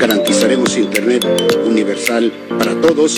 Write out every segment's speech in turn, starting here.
garantizaremos Internet universal para todos.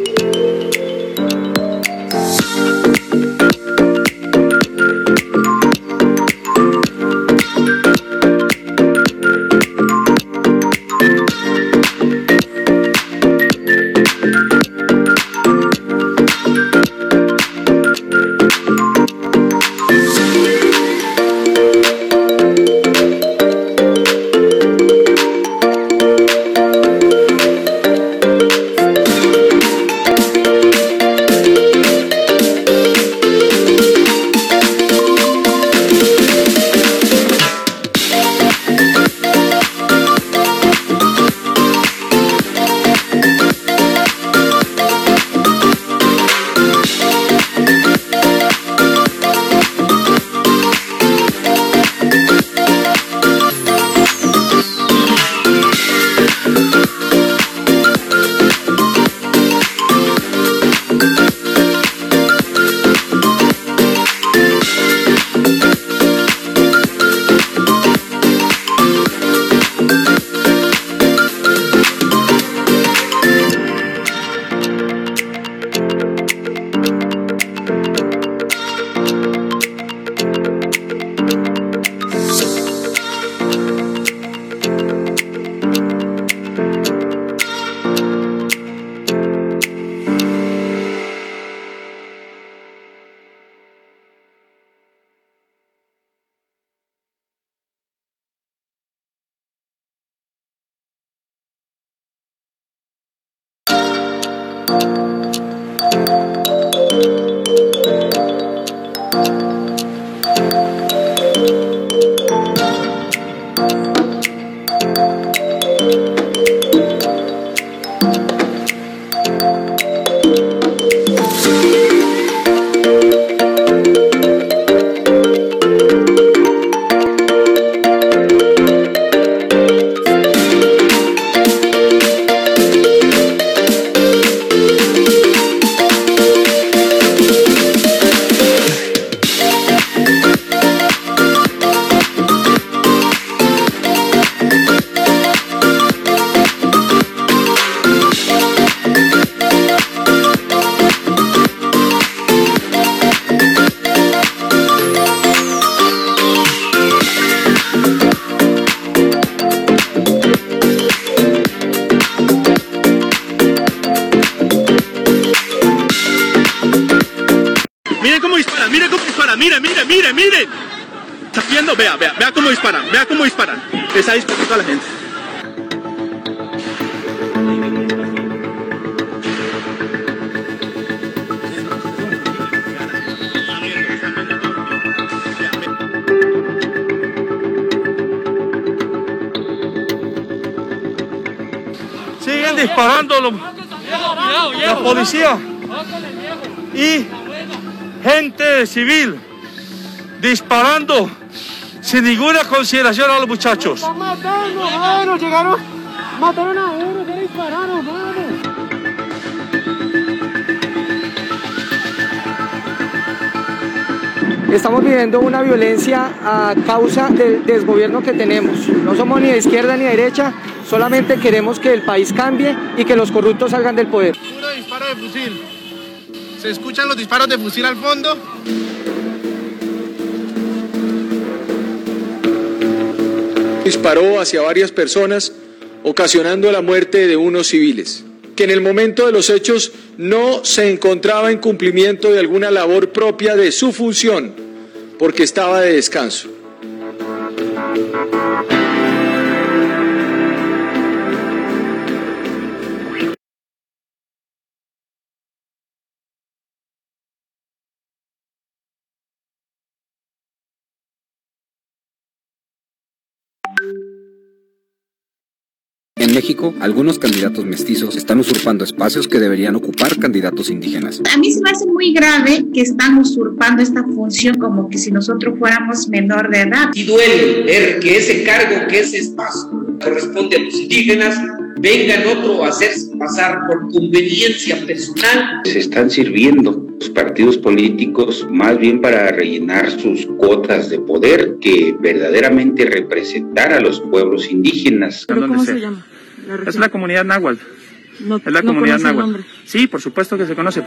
Miren. ¿Está viendo? Vea cómo disparan. Está disparando a la gente. Siguen disparando la policía y gente civil disparando sin ninguna consideración a los muchachos. Están matando, mano, llegaron, mataron a uno, ya dispararon, mano. Estamos viviendo una violencia a causa del desgobierno que tenemos. No somos ni de izquierda ni de derecha, solamente queremos que el país cambie y que los corruptos salgan del poder. Puro disparo de fusil. ¿Se escuchan los disparos de fusil al fondo? Disparó hacia varias personas, ocasionando la muerte de unos civiles, que en el momento de los hechos no se encontraba en cumplimiento de alguna labor propia de su función, porque estaba de descanso. En México, algunos candidatos mestizos están usurpando espacios que deberían ocupar candidatos indígenas. A mí se me hace muy grave que están usurpando esta función como que si nosotros fuéramos menor de edad. Y duele ver que ese cargo, que ese espacio corresponde a los indígenas, vengan otro a hacerse pasar por conveniencia personal. Se están sirviendo los partidos políticos más bien para rellenar sus cuotas de poder que verdaderamente representar a los pueblos indígenas. ¿Pero cómo se llama? Es la comunidad náhuatl. No, es la no comunidad conoce el náhuatl. nombre. Sí, por supuesto que se conoce.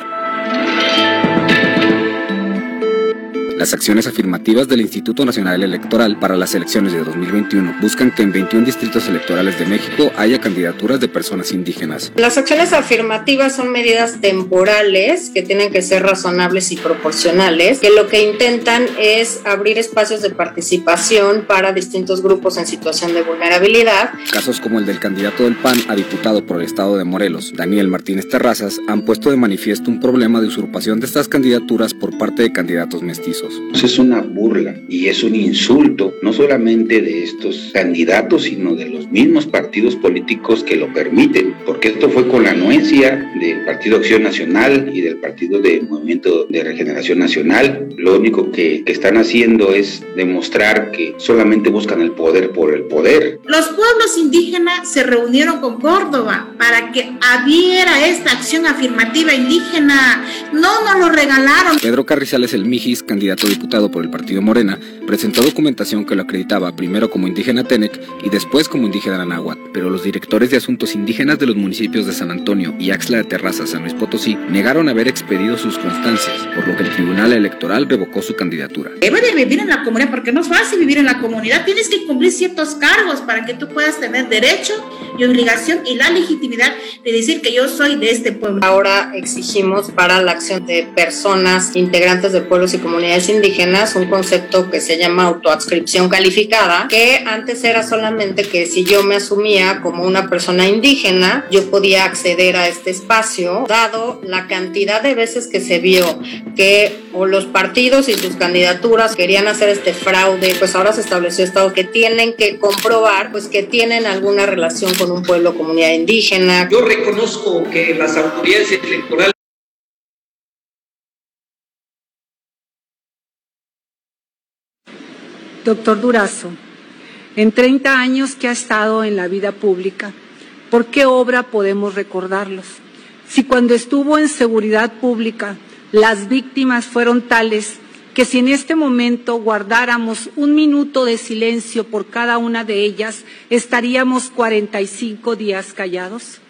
Las acciones afirmativas del Instituto Nacional Electoral para las elecciones de 2021 buscan que en 21 distritos electorales de México haya candidaturas de personas indígenas. Las acciones afirmativas son medidas temporales que tienen que ser razonables y proporcionales, que lo que intentan es abrir espacios de participación para distintos grupos en situación de vulnerabilidad. Casos como el del candidato del PAN a diputado por el estado de Morelos, Daniel Martínez Terrazas, han puesto de manifiesto un problema de usurpación de estas candidaturas por parte de candidatos mestizos. Es una burla y es un insulto, no solamente de estos candidatos, sino de los mismos partidos políticos que lo permiten, porque esto fue con la anuencia del Partido Acción Nacional y del Partido de Movimiento de Regeneración Nacional. Lo único que están haciendo es demostrar que solamente buscan el poder por el poder. Los pueblos indígenas se reunieron con Córdoba para que hubiera esta acción afirmativa indígena. No nos lo regalaron. Pedro Carrizales El Mijis, candidato a diputado por el partido Morena, presentó documentación que lo acreditaba primero como indígena Tenec y después como indígena náhuatl, pero los directores de asuntos indígenas de los municipios de San Antonio y Axtla de Terrazas, San Luis Potosí, negaron haber expedido sus constancias, por lo que el Tribunal Electoral revocó su candidatura. Debe de vivir en la comunidad, porque no es fácil vivir en la comunidad. Tienes que cumplir ciertos cargos para que tú puedas tener derecho y obligación y la legitimidad de decir que yo soy de este pueblo. Ahora exigimos para la acción de personas integrantes de pueblos y comunidades indígenas un concepto que se llama autoadscripción calificada, que antes era solamente que si yo me asumía como una persona indígena, yo podía acceder a este espacio, dado la cantidad de veces que se vio que o los partidos y sus candidaturas querían hacer este fraude, pues ahora se estableció esto que tienen que comprobar pues que tienen alguna relación con un pueblo o comunidad indígena. Yo reconozco que las autoridades electorales. Doctor Durazo, en 30 años que ha estado en la vida pública, ¿por qué obra podemos recordarlos? Si cuando estuvo en seguridad pública, las víctimas fueron tales que si en este momento guardáramos un minuto de silencio por cada una de ellas, estaríamos 45 días callados.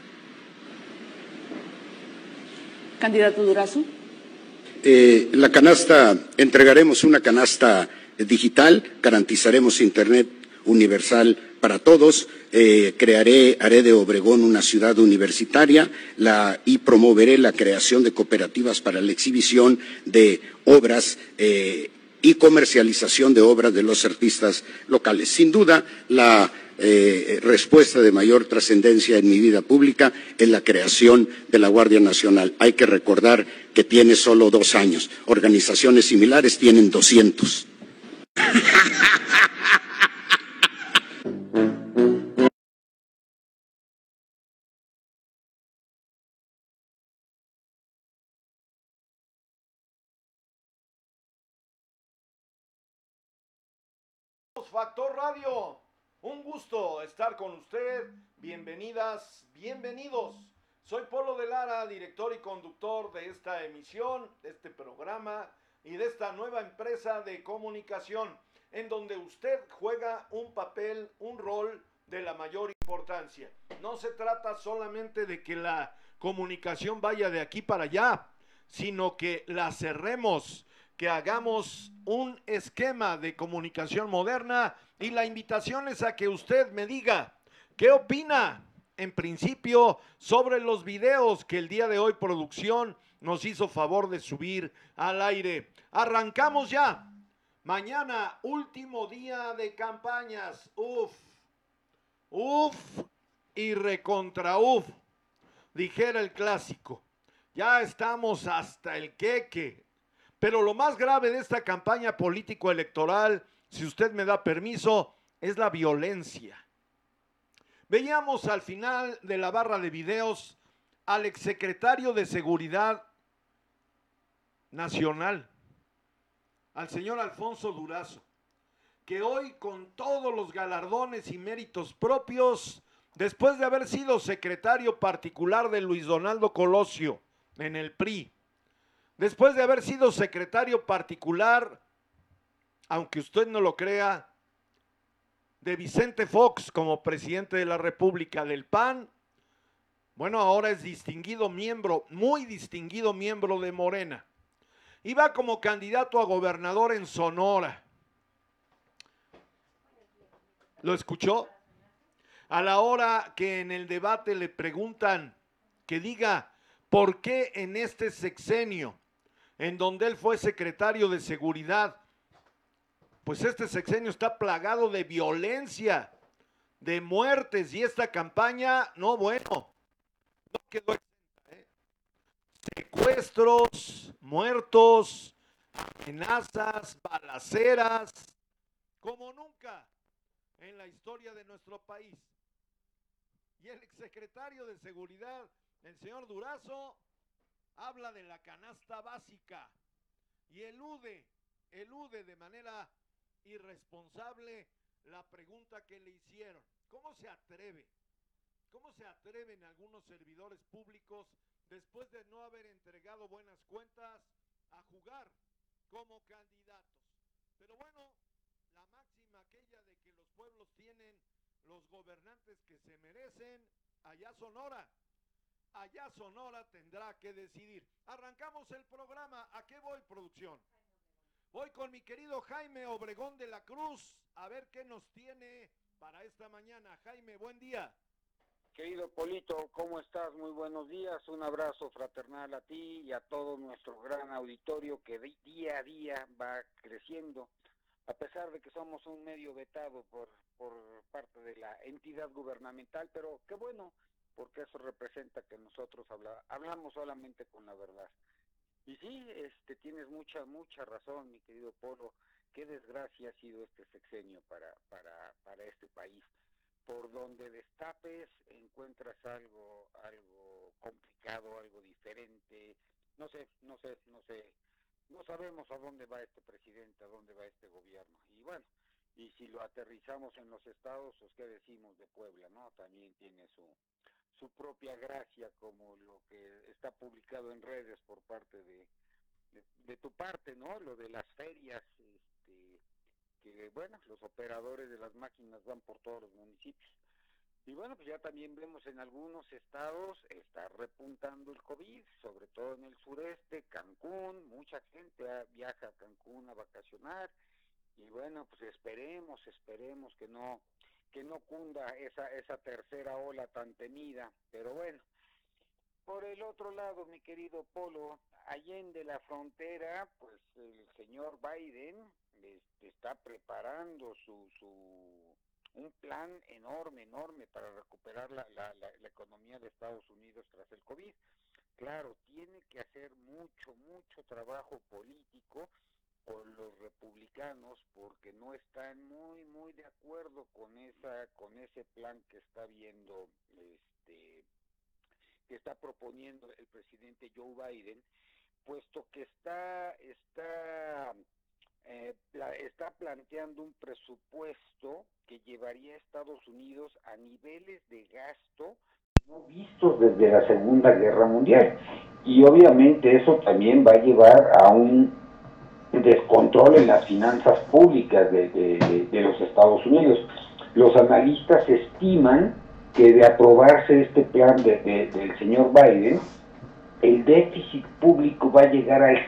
Candidato Durazo. La canasta, entregaremos una canasta digital, garantizaremos Internet universal para todos, haré de Obregón una ciudad universitaria y promoveré la creación de cooperativas para la exhibición de obras y comercialización de obras de los artistas locales. Sin duda, la respuesta de mayor trascendencia en mi vida pública es la creación de la Guardia Nacional. Hay que recordar que tiene solo 2 años. Organizaciones similares tienen 200. Factor Radio, un gusto estar con usted. Bienvenidas, bienvenidos. Soy Polo de Lara, director y conductor de esta emisión, de este programa y de esta nueva empresa de comunicación, en donde usted juega un papel, un rol de la mayor importancia. No se trata solamente de que la comunicación vaya de aquí para allá, sino que la cerremos, que hagamos un esquema de comunicación moderna, y la invitación es a que usted me diga qué opina en principio sobre los videos que el día de hoy producción nos hizo favor de subir al aire. Arrancamos ya. Mañana, último día de campañas. Uf y recontra uf, dijera el clásico. Ya estamos hasta el queque. Pero lo más grave de esta campaña político-electoral, si usted me da permiso, es la violencia. Veíamos al final de la barra de videos al exsecretario de Seguridad Nacional, al señor Alfonso Durazo, que hoy con todos los galardones y méritos propios, después de haber sido secretario particular de Luis Donaldo Colosio en el PRI, después de haber sido secretario particular, aunque usted no lo crea, de Vicente Fox como presidente de la República del PAN, bueno, ahora es distinguido miembro, muy distinguido miembro de Morena. Iba como candidato a gobernador en Sonora. ¿Lo escuchó? A la hora que en el debate le preguntan que diga por qué en este sexenio, en donde él fue secretario de Seguridad, pues este sexenio está plagado de violencia, de muertes, y esta campaña, no, bueno, no quedó exenta, ¿eh? Secuestros, muertos, amenazas, balaceras, como nunca en la historia de nuestro país. Y el exsecretario de Seguridad, el señor Durazo, habla de la canasta básica y elude de manera irresponsable la pregunta que le hicieron. ¿Cómo se atreve? ¿Cómo se atreven algunos servidores públicos, después de no haber entregado buenas cuentas, a jugar como candidatos? Pero bueno, la máxima aquella de que los pueblos tienen los gobernantes que se merecen, allá Sonora tendrá que decidir. Arrancamos el programa. ¿A qué voy, producción? Voy con mi querido Jaime Obregón de la Cruz, a ver qué nos tiene para esta mañana. Jaime, buen día. Querido Polito, ¿cómo estás? Muy buenos días. Un abrazo fraternal a ti y a todo nuestro gran auditorio que día a día va creciendo, a pesar de que somos un medio vetado por parte de la entidad gubernamental, pero qué bueno, porque eso representa que nosotros hablamos solamente con la verdad. Y sí, tienes mucha razón, mi querido Polo. Qué desgracia ha sido este sexenio para este país. Por donde destapes encuentras algo complicado, algo diferente. No sabemos a dónde va este presidente, a dónde va este gobierno. Y bueno, y si lo aterrizamos en los estados, pues qué decimos de Puebla, ¿no? También tiene su propia gracia, como lo que está publicado en redes por parte de tu parte, ¿no? Lo de las ferias, que bueno, los operadores de las máquinas van por todos los municipios. Y bueno, pues ya también vemos en algunos estados está repuntando el COVID, sobre todo en el sureste, Cancún, mucha gente viaja a Cancún a vacacionar. Y bueno, pues esperemos que no cunda esa tercera ola tan temida. Pero bueno, por el otro lado, mi querido Polo, allende la frontera, pues el señor Biden está preparando un plan enorme para recuperar la economía de Estados Unidos tras el COVID. Claro, tiene que hacer mucho trabajo político con los republicanos, porque no están muy de acuerdo con ese plan que está viendo, que está proponiendo el presidente Joe Biden, puesto que está planteando un presupuesto que llevaría a Estados Unidos a niveles de gasto no vistos desde la Segunda Guerra Mundial. Y obviamente eso también va a llevar a un descontrol en las finanzas públicas de los Estados Unidos. Los analistas estiman que de aprobarse este plan del señor Biden, el déficit público va a llegar al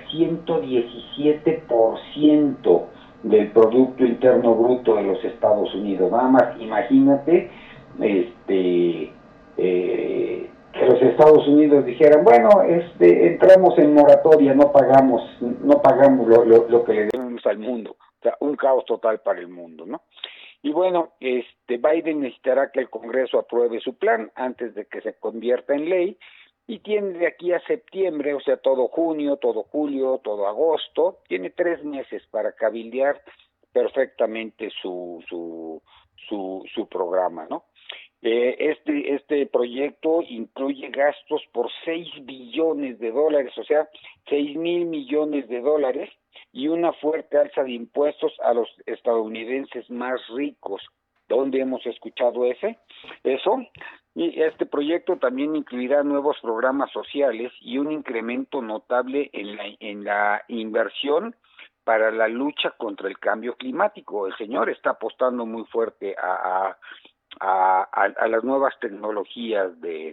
117% del Producto Interno Bruto de los Estados Unidos. Nada más imagínate que los Estados Unidos dijeran, bueno, entramos en moratoria, no pagamos lo que le debemos al mundo. O sea, un caos total para el mundo, ¿no? Y bueno, Biden necesitará que el Congreso apruebe su plan antes de que se convierta en ley, y tiene de aquí a septiembre, o sea, todo junio, todo julio, todo agosto, tiene 3 meses para cabildear perfectamente su programa, ¿no? Este proyecto incluye gastos por $6 billones, o sea, 6,000 millones de dólares, y una fuerte alza de impuestos a los estadounidenses más ricos. ¿Dónde hemos escuchado eso? Y este proyecto también incluirá nuevos programas sociales y un incremento notable en la inversión para la lucha contra el cambio climático. El señor está apostando muy fuerte a las nuevas tecnologías de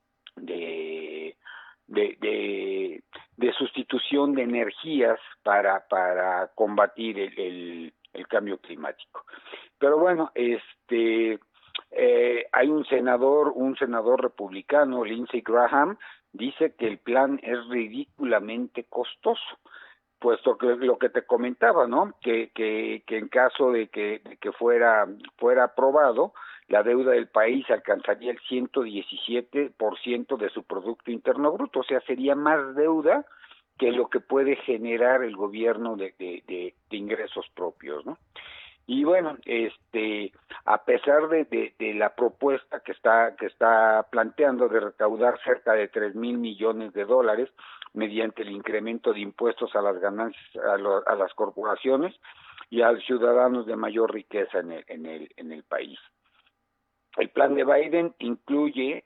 sustitución de energías para combatir el cambio climático. Pero bueno, hay un senador republicano, Lindsey Graham, dice que el plan es ridículamente costoso, puesto que lo que te comentaba, ¿no? Que en caso de que fuera aprobado, la deuda del país alcanzaría el 117% de su Producto Interno Bruto, o sea, sería más deuda que lo que puede generar el gobierno de ingresos propios, ¿no? Y bueno, a pesar de la propuesta que está planteando de recaudar cerca de $3,000 millones mediante el incremento de impuestos a las ganancias a las corporaciones y a los ciudadanos de mayor riqueza en el país. El plan de Biden incluye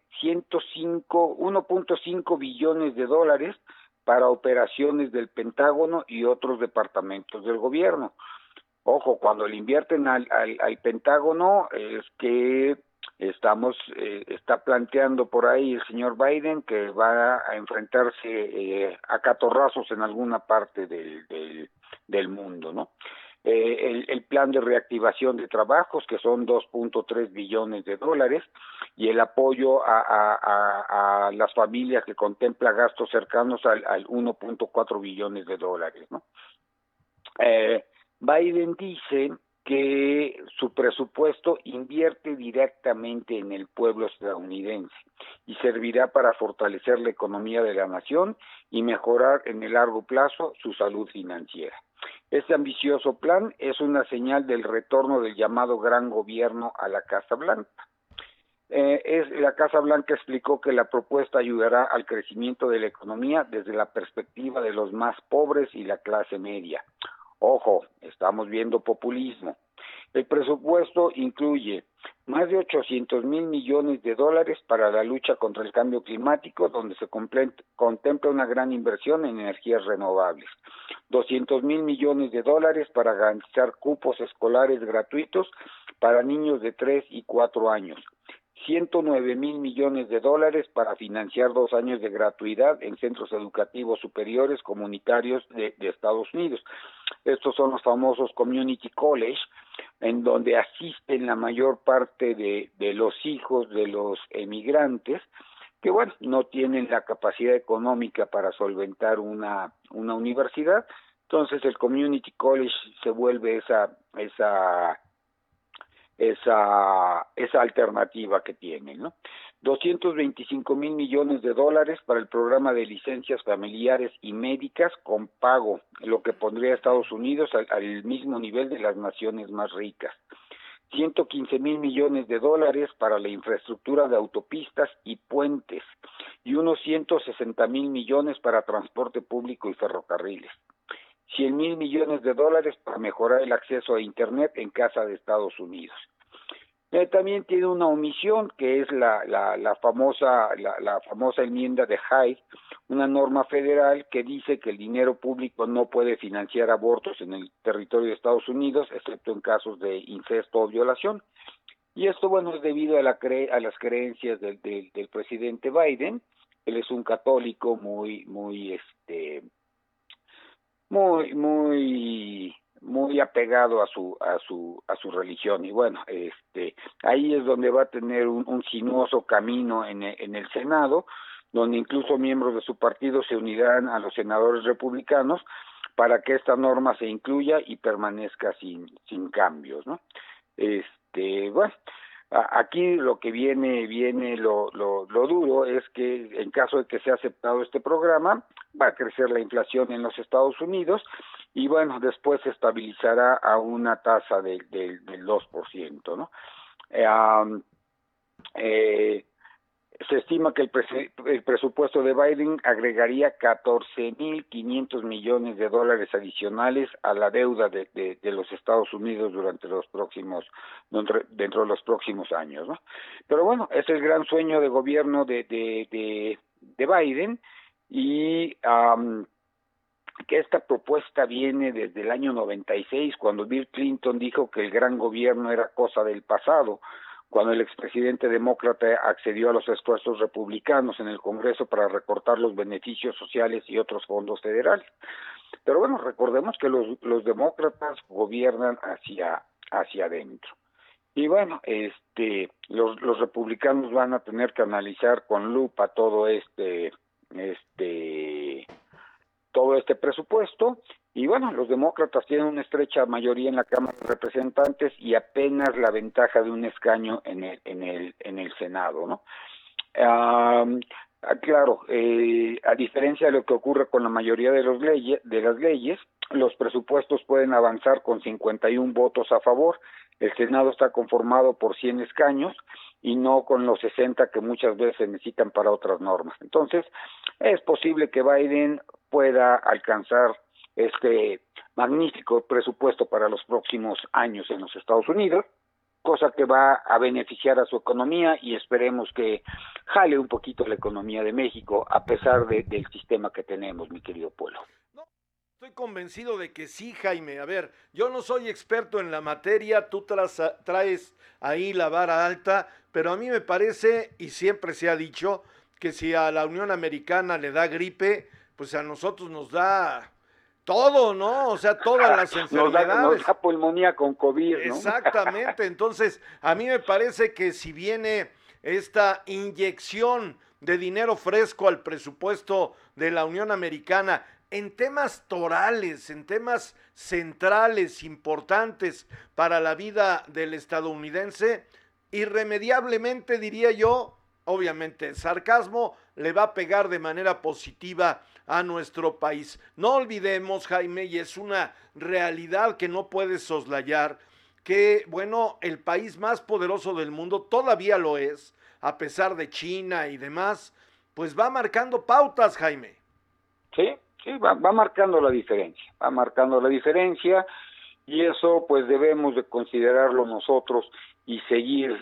1.5 billones de dólares para operaciones del Pentágono y otros departamentos del gobierno. Ojo, cuando le invierten al Pentágono es que está planteando por ahí el señor Biden que va a enfrentarse a catorrazos en alguna parte del mundo, ¿no? El plan de reactivación de trabajos, que son 2.3 billones de dólares, y el apoyo a las familias, que contempla gastos cercanos al 1.4 billones de dólares, ¿no? Biden dice que su presupuesto invierte directamente en el pueblo estadounidense y servirá para fortalecer la economía de la nación y mejorar en el largo plazo su salud financiera. Este ambicioso plan es una señal del retorno del llamado Gran Gobierno a la Casa Blanca. La Casa Blanca explicó que la propuesta ayudará al crecimiento de la economía desde la perspectiva de los más pobres y la clase media. Ojo, estamos viendo populismo. El presupuesto incluye más de 800,000 millones de dólares para la lucha contra el cambio climático, donde se contempla una gran inversión en energías renovables. 200,000 millones de dólares para garantizar cupos escolares gratuitos para niños de 3 y 4 años. 109,000 millones de dólares para financiar 2 años de gratuidad en centros educativos superiores comunitarios de Estados Unidos. Estos son los famosos Community College, en donde asisten la mayor parte de los hijos de los emigrantes, que bueno, no tienen la capacidad económica para solventar una universidad. Entonces el Community College se vuelve esa alternativa que tienen, ¿no? 225,000 millones de dólares para el programa de licencias familiares y médicas con pago, lo que pondría a Estados Unidos al mismo nivel de las naciones más ricas. 115,000 millones de dólares para la infraestructura de autopistas y puentes y unos 160,000 millones para transporte público y ferrocarriles. 100,000 millones de dólares para mejorar el acceso a Internet en casa de Estados Unidos. También tiene una omisión, que es la famosa enmienda de Hyde, una norma federal que dice que el dinero público no puede financiar abortos en el territorio de Estados Unidos, excepto en casos de incesto o violación. Y esto, bueno, es debido a las creencias del presidente Biden. Él es un católico muy apegado a su religión, y bueno, ahí es donde va a tener un sinuoso camino en el Senado, donde incluso miembros de su partido se unirán a los senadores republicanos para que esta norma se incluya y permanezca sin cambios, ¿no? Bueno, aquí lo que viene lo duro es que en caso de que sea aceptado este programa, va a crecer la inflación en los Estados Unidos y bueno, después se estabilizará a una tasa del 2%, ¿no? Se estima que el presupuesto de Biden agregaría 14,500 millones de dólares adicionales a la deuda de los Estados Unidos dentro de los próximos años, ¿no? Pero bueno, es el gran sueño de gobierno de Biden y que esta propuesta viene desde el año 96, cuando Bill Clinton dijo que el gran gobierno era cosa del pasado, cuando el expresidente demócrata accedió a los esfuerzos republicanos en el Congreso para recortar los beneficios sociales y otros fondos federales. Pero bueno, recordemos que los demócratas gobiernan hacia adentro. Y bueno, los republicanos van a tener que analizar con lupa todo este presupuesto, y bueno, los demócratas tienen una estrecha mayoría en la Cámara de Representantes y apenas la ventaja de un escaño en el Senado, ¿no? Claro, a diferencia de lo que ocurre con la mayoría de las leyes, los presupuestos pueden avanzar con 51 votos a favor. El Senado está conformado por 100 escaños y no con los 60 que muchas veces se necesitan para otras normas. Entonces, es posible que Biden pueda alcanzar este magnífico presupuesto para los próximos años en los Estados Unidos, cosa que va a beneficiar a su economía, y esperemos que jale un poquito la economía de México a pesar del sistema que tenemos, mi querido Polo. Estoy convencido de que sí, Jaime. A ver, yo no soy experto en la materia, tú traes ahí la vara alta, pero a mí me parece, y siempre se ha dicho, que si a la Unión Americana le da gripe, pues a nosotros nos da todo, ¿no? O sea, todas las enfermedades. Nos da pulmonía con COVID, ¿no? Exactamente. Entonces, a mí me parece que si viene esta inyección de dinero fresco al presupuesto de la Unión Americana, en temas torales, en temas centrales, importantes para la vida del estadounidense, irremediablemente, diría yo, obviamente sarcasmo, le va a pegar de manera positiva a nuestro país. No olvidemos, Jaime, y es una realidad que no puedes soslayar, que, bueno, el país más poderoso del mundo todavía lo es, a pesar de China y demás, pues va marcando pautas, Jaime. Sí, va marcando la diferencia, y eso pues debemos de considerarlo nosotros y seguir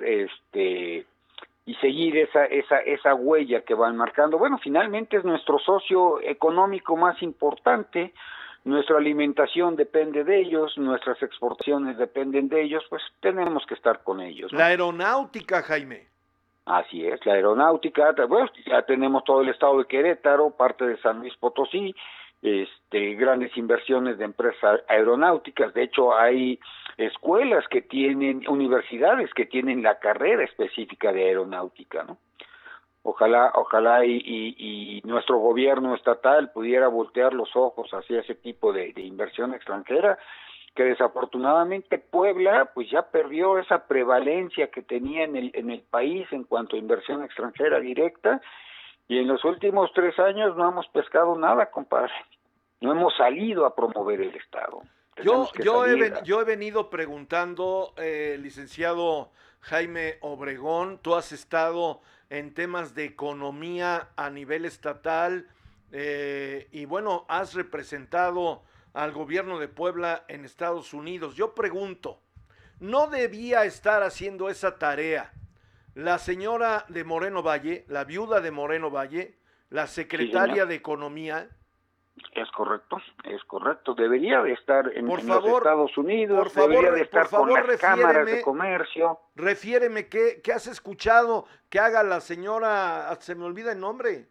esa huella que van marcando. Bueno, finalmente es nuestro socio económico más importante, nuestra alimentación depende de ellos, nuestras exportaciones dependen de ellos, pues tenemos que estar con ellos, ¿no? La aeronáutica, Jaime. Así es, la aeronáutica, bueno, ya tenemos todo el estado de Querétaro, parte de San Luis Potosí, grandes inversiones de empresas aeronáuticas. De hecho, hay escuelas que tienen, universidades que tienen la carrera específica de aeronáutica, ¿no? Ojalá y nuestro gobierno estatal pudiera voltear los ojos hacia ese tipo de inversión extranjera, que desafortunadamente Puebla pues ya perdió esa prevalencia que tenía en el país en cuanto a inversión extranjera directa, y en los últimos 3 años no hemos pescado nada, compadre. No hemos salido a promover el Estado. Yo he venido preguntando, licenciado Jaime Obregón, tú has estado en temas de economía a nivel estatal, y bueno, has representado al gobierno de Puebla en Estados Unidos. Yo pregunto, ¿no debía estar haciendo esa tarea la señora de Moreno Valle, la viuda de Moreno Valle, la secretaria de Economía? Es correcto, debería de estar en los Estados Unidos, debería de estar con las cámaras de comercio. Refiéreme, ¿qué has escuchado que haga la señora, se me olvida el nombre?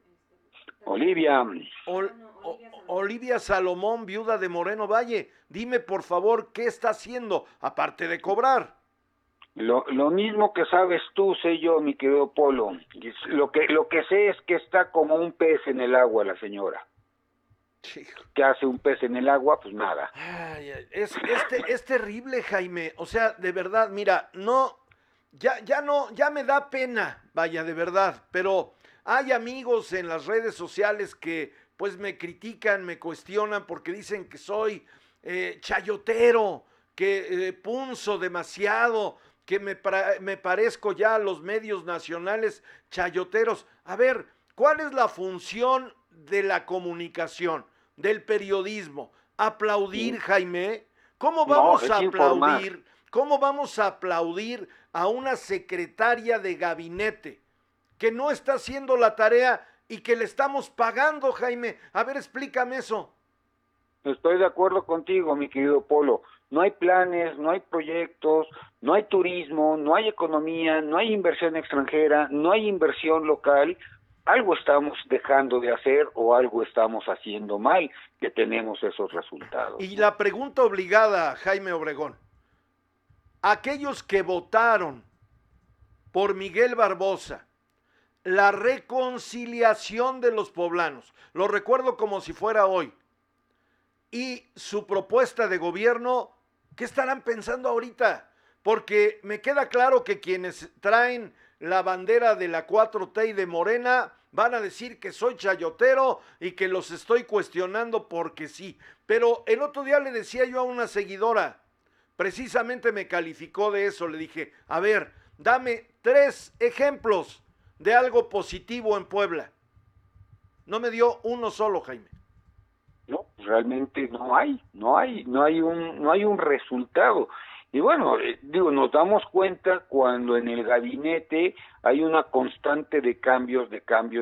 Olivia Salomón, viuda de Moreno Valle. Dime, por favor, ¿qué está haciendo, aparte de cobrar? Lo mismo que sabes tú, sé yo, mi querido Polo. Lo que sé es que está como un pez en el agua la señora. ¿Qué hace un pez en el agua? Pues nada. Es terrible, Jaime. O sea, de verdad, mira, ya me da pena, vaya, de verdad, pero hay amigos en las redes sociales que pues me critican, me cuestionan porque dicen que soy chayotero, que punzo demasiado, que me parezco ya a los medios nacionales chayoteros. A ver, ¿cuál es la función de la comunicación, del periodismo? ¿Aplaudir, Jaime? ¿Cómo vamos a aplaudir? ¿Cómo vamos a aplaudir a una secretaria de gabinete que no está haciendo la tarea y que le estamos pagando, Jaime? A ver, explícame eso. Estoy de acuerdo contigo, mi querido Polo. No hay planes, no hay proyectos, no hay turismo, no hay economía, no hay inversión extranjera, no hay inversión local. Algo estamos dejando de hacer o algo estamos haciendo mal que tenemos esos resultados. Y la pregunta obligada, Jaime Obregón. Aquellos que votaron por Miguel Barbosa, la reconciliación de los poblanos, lo recuerdo como si fuera hoy, y su propuesta de gobierno, ¿qué estarán pensando ahorita? Porque me queda claro que quienes traen la bandera de la 4T y de Morena van a decir que soy chayotero y que los estoy cuestionando porque sí. Pero el otro día le decía yo a una seguidora, precisamente me calificó de eso, le dije, a ver, dame 3 ejemplos de algo positivo en Puebla. No me dio uno solo, Jaime. No, realmente no hay un resultado. Y bueno, digo, nos damos cuenta cuando en el gabinete hay una constante de cambios.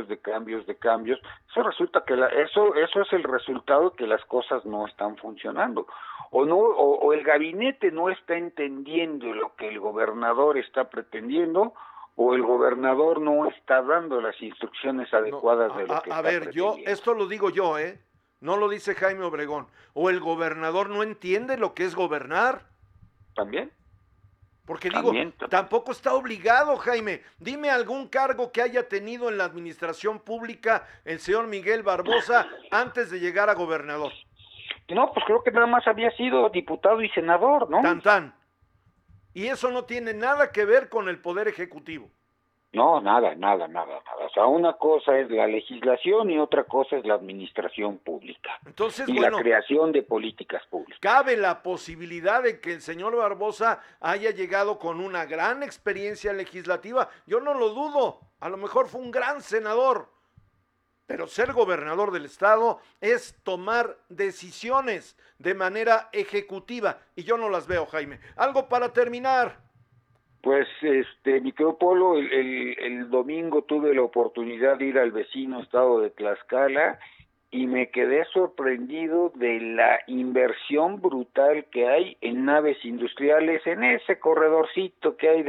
Eso resulta que eso es el resultado que las cosas no están funcionando. O el gabinete no está entendiendo lo que el gobernador está pretendiendo, o el gobernador no está dando las instrucciones adecuadas de lo que está pretendiendo. Esto lo digo yo, no lo dice Jaime Obregón. O el gobernador no entiende lo que es gobernar. ¿También? Porque digo, tampoco está obligado, Jaime. Dime algún cargo que haya tenido en la administración pública el señor Miguel Barbosa antes de llegar a gobernador. No, pues creo que nada más había sido diputado y senador, ¿no? Tan. Y eso no tiene nada que ver con el Poder Ejecutivo. No, nada. O sea, una cosa es la legislación y otra cosa es la administración pública. Entonces, y la creación de políticas públicas. Cabe la posibilidad de que el señor Barbosa haya llegado con una gran experiencia legislativa. Yo no lo dudo. A lo mejor fue un gran senador. Pero ser gobernador del estado es tomar decisiones de manera ejecutiva. Y yo no las veo, Jaime. Algo para terminar. Pues, mi querido Polo, el domingo tuve la oportunidad de ir al vecino estado de Tlaxcala y me quedé sorprendido de la inversión brutal que hay en naves industriales, en ese corredorcito que hay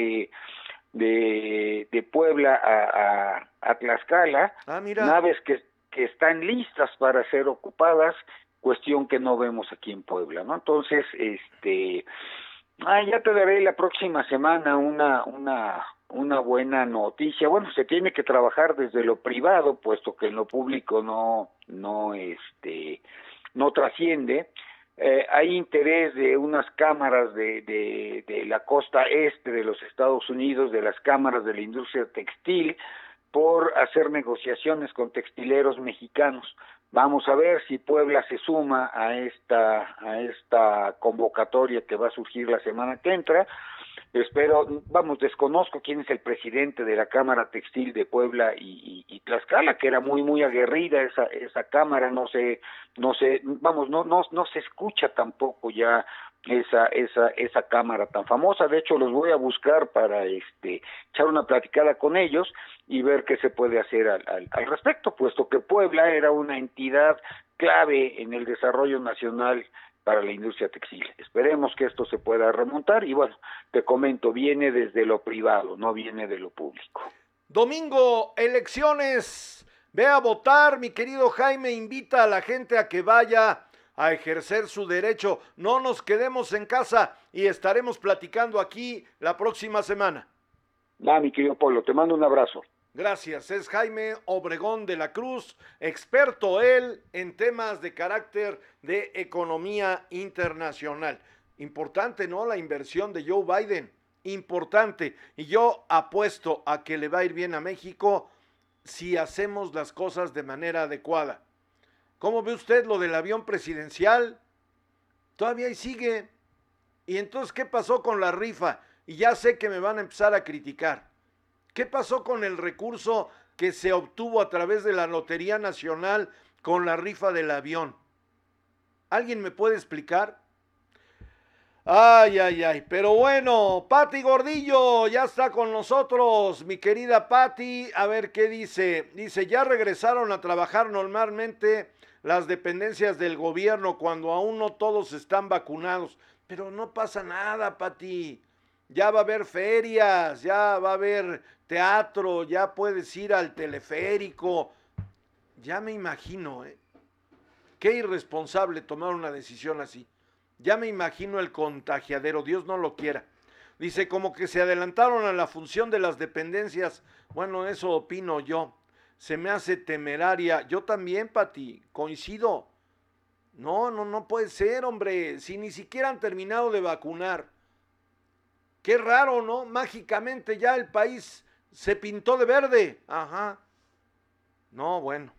de Puebla a Tlaxcala. Mira. Naves que están listas para ser ocupadas, cuestión que no vemos aquí en Puebla, ¿no? Entonces, ya te daré la próxima semana una buena noticia. Bueno, se tiene que trabajar desde lo privado, puesto que en lo público no trasciende. Hay interés de unas cámaras de la costa este de los Estados Unidos, de las cámaras de la industria textil, por hacer negociaciones con textileros mexicanos. Vamos a ver si Puebla se suma a esta convocatoria que va a surgir la semana que entra. Desconozco quién es el presidente de la Cámara Textil de Puebla y Tlaxcala, que era muy aguerrida esa cámara, no se escucha tampoco ya esa cámara tan famosa. De hecho, los voy a buscar para echar una platicada con ellos y ver qué se puede hacer al respecto, puesto que Puebla era una entidad clave en el desarrollo nacional para la industria textil. Esperemos que esto se pueda remontar y bueno, te comento, viene desde lo privado, no viene de lo público. Domingo, elecciones, ve a votar, mi querido Jaime, invita a la gente a que vaya a ejercer su derecho, no nos quedemos en casa y estaremos platicando aquí la próxima semana. Mi querido Polo, te mando un abrazo. Gracias, es Jaime Obregón de la Cruz, experto él en temas de carácter de economía internacional. Importante, ¿no? La inversión de Joe Biden, importante. Y yo apuesto a que le va a ir bien a México si hacemos las cosas de manera adecuada. ¿Cómo ve usted lo del avión presidencial? Todavía ahí sigue. ¿Y entonces qué pasó con la rifa? Y ya sé que me van a empezar a criticar. ¿Qué pasó con el recurso que se obtuvo a través de la Lotería Nacional con la rifa del avión? ¿Alguien me puede explicar? Ay, pero bueno, Pati Gordillo ya está con nosotros, mi querida Pati. A ver qué dice. Dice, ya regresaron a trabajar normalmente las dependencias del gobierno cuando aún no todos están vacunados. Pero no pasa nada, Pati. Ya va a haber ferias, ya va a haber teatro, ya puedes ir al teleférico. Ya me imagino, qué irresponsable tomar una decisión así. Ya me imagino el contagiadero, Dios no lo quiera. Dice, como que se adelantaron a la función de las dependencias. Bueno, eso opino yo. Se me hace temeraria. Yo también, Pati, coincido. No puede ser, hombre. Si ni siquiera han terminado de vacunar. Qué raro, ¿no? Mágicamente ya el país se pintó de verde. Ajá. No, bueno.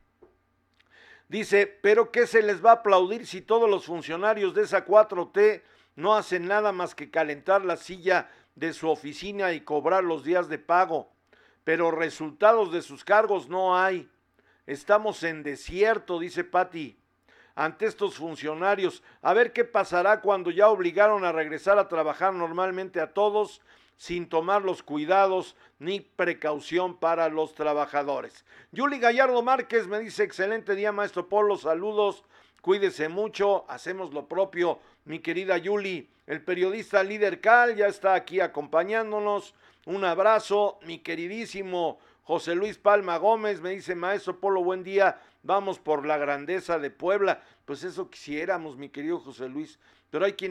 Dice, pero ¿qué se les va a aplaudir si todos los funcionarios de esa 4T no hacen nada más que calentar la silla de su oficina y cobrar los días de pago? Pero resultados de sus cargos no hay. Estamos en desierto, dice Pati, ante estos funcionarios. A ver qué pasará cuando ya obligaron a regresar a trabajar normalmente a todos, sin tomar los cuidados ni precaución para los trabajadores. Yuli Gallardo Márquez me dice, excelente día, maestro Polo, saludos, cuídese mucho, hacemos lo propio, mi querida Yuli. El periodista Líder Cal ya está aquí acompañándonos, un abrazo. Mi queridísimo José Luis Palma Gómez me dice, maestro Polo, buen día, vamos por la grandeza de Puebla. Pues eso quisiéramos, mi querido José Luis, pero hay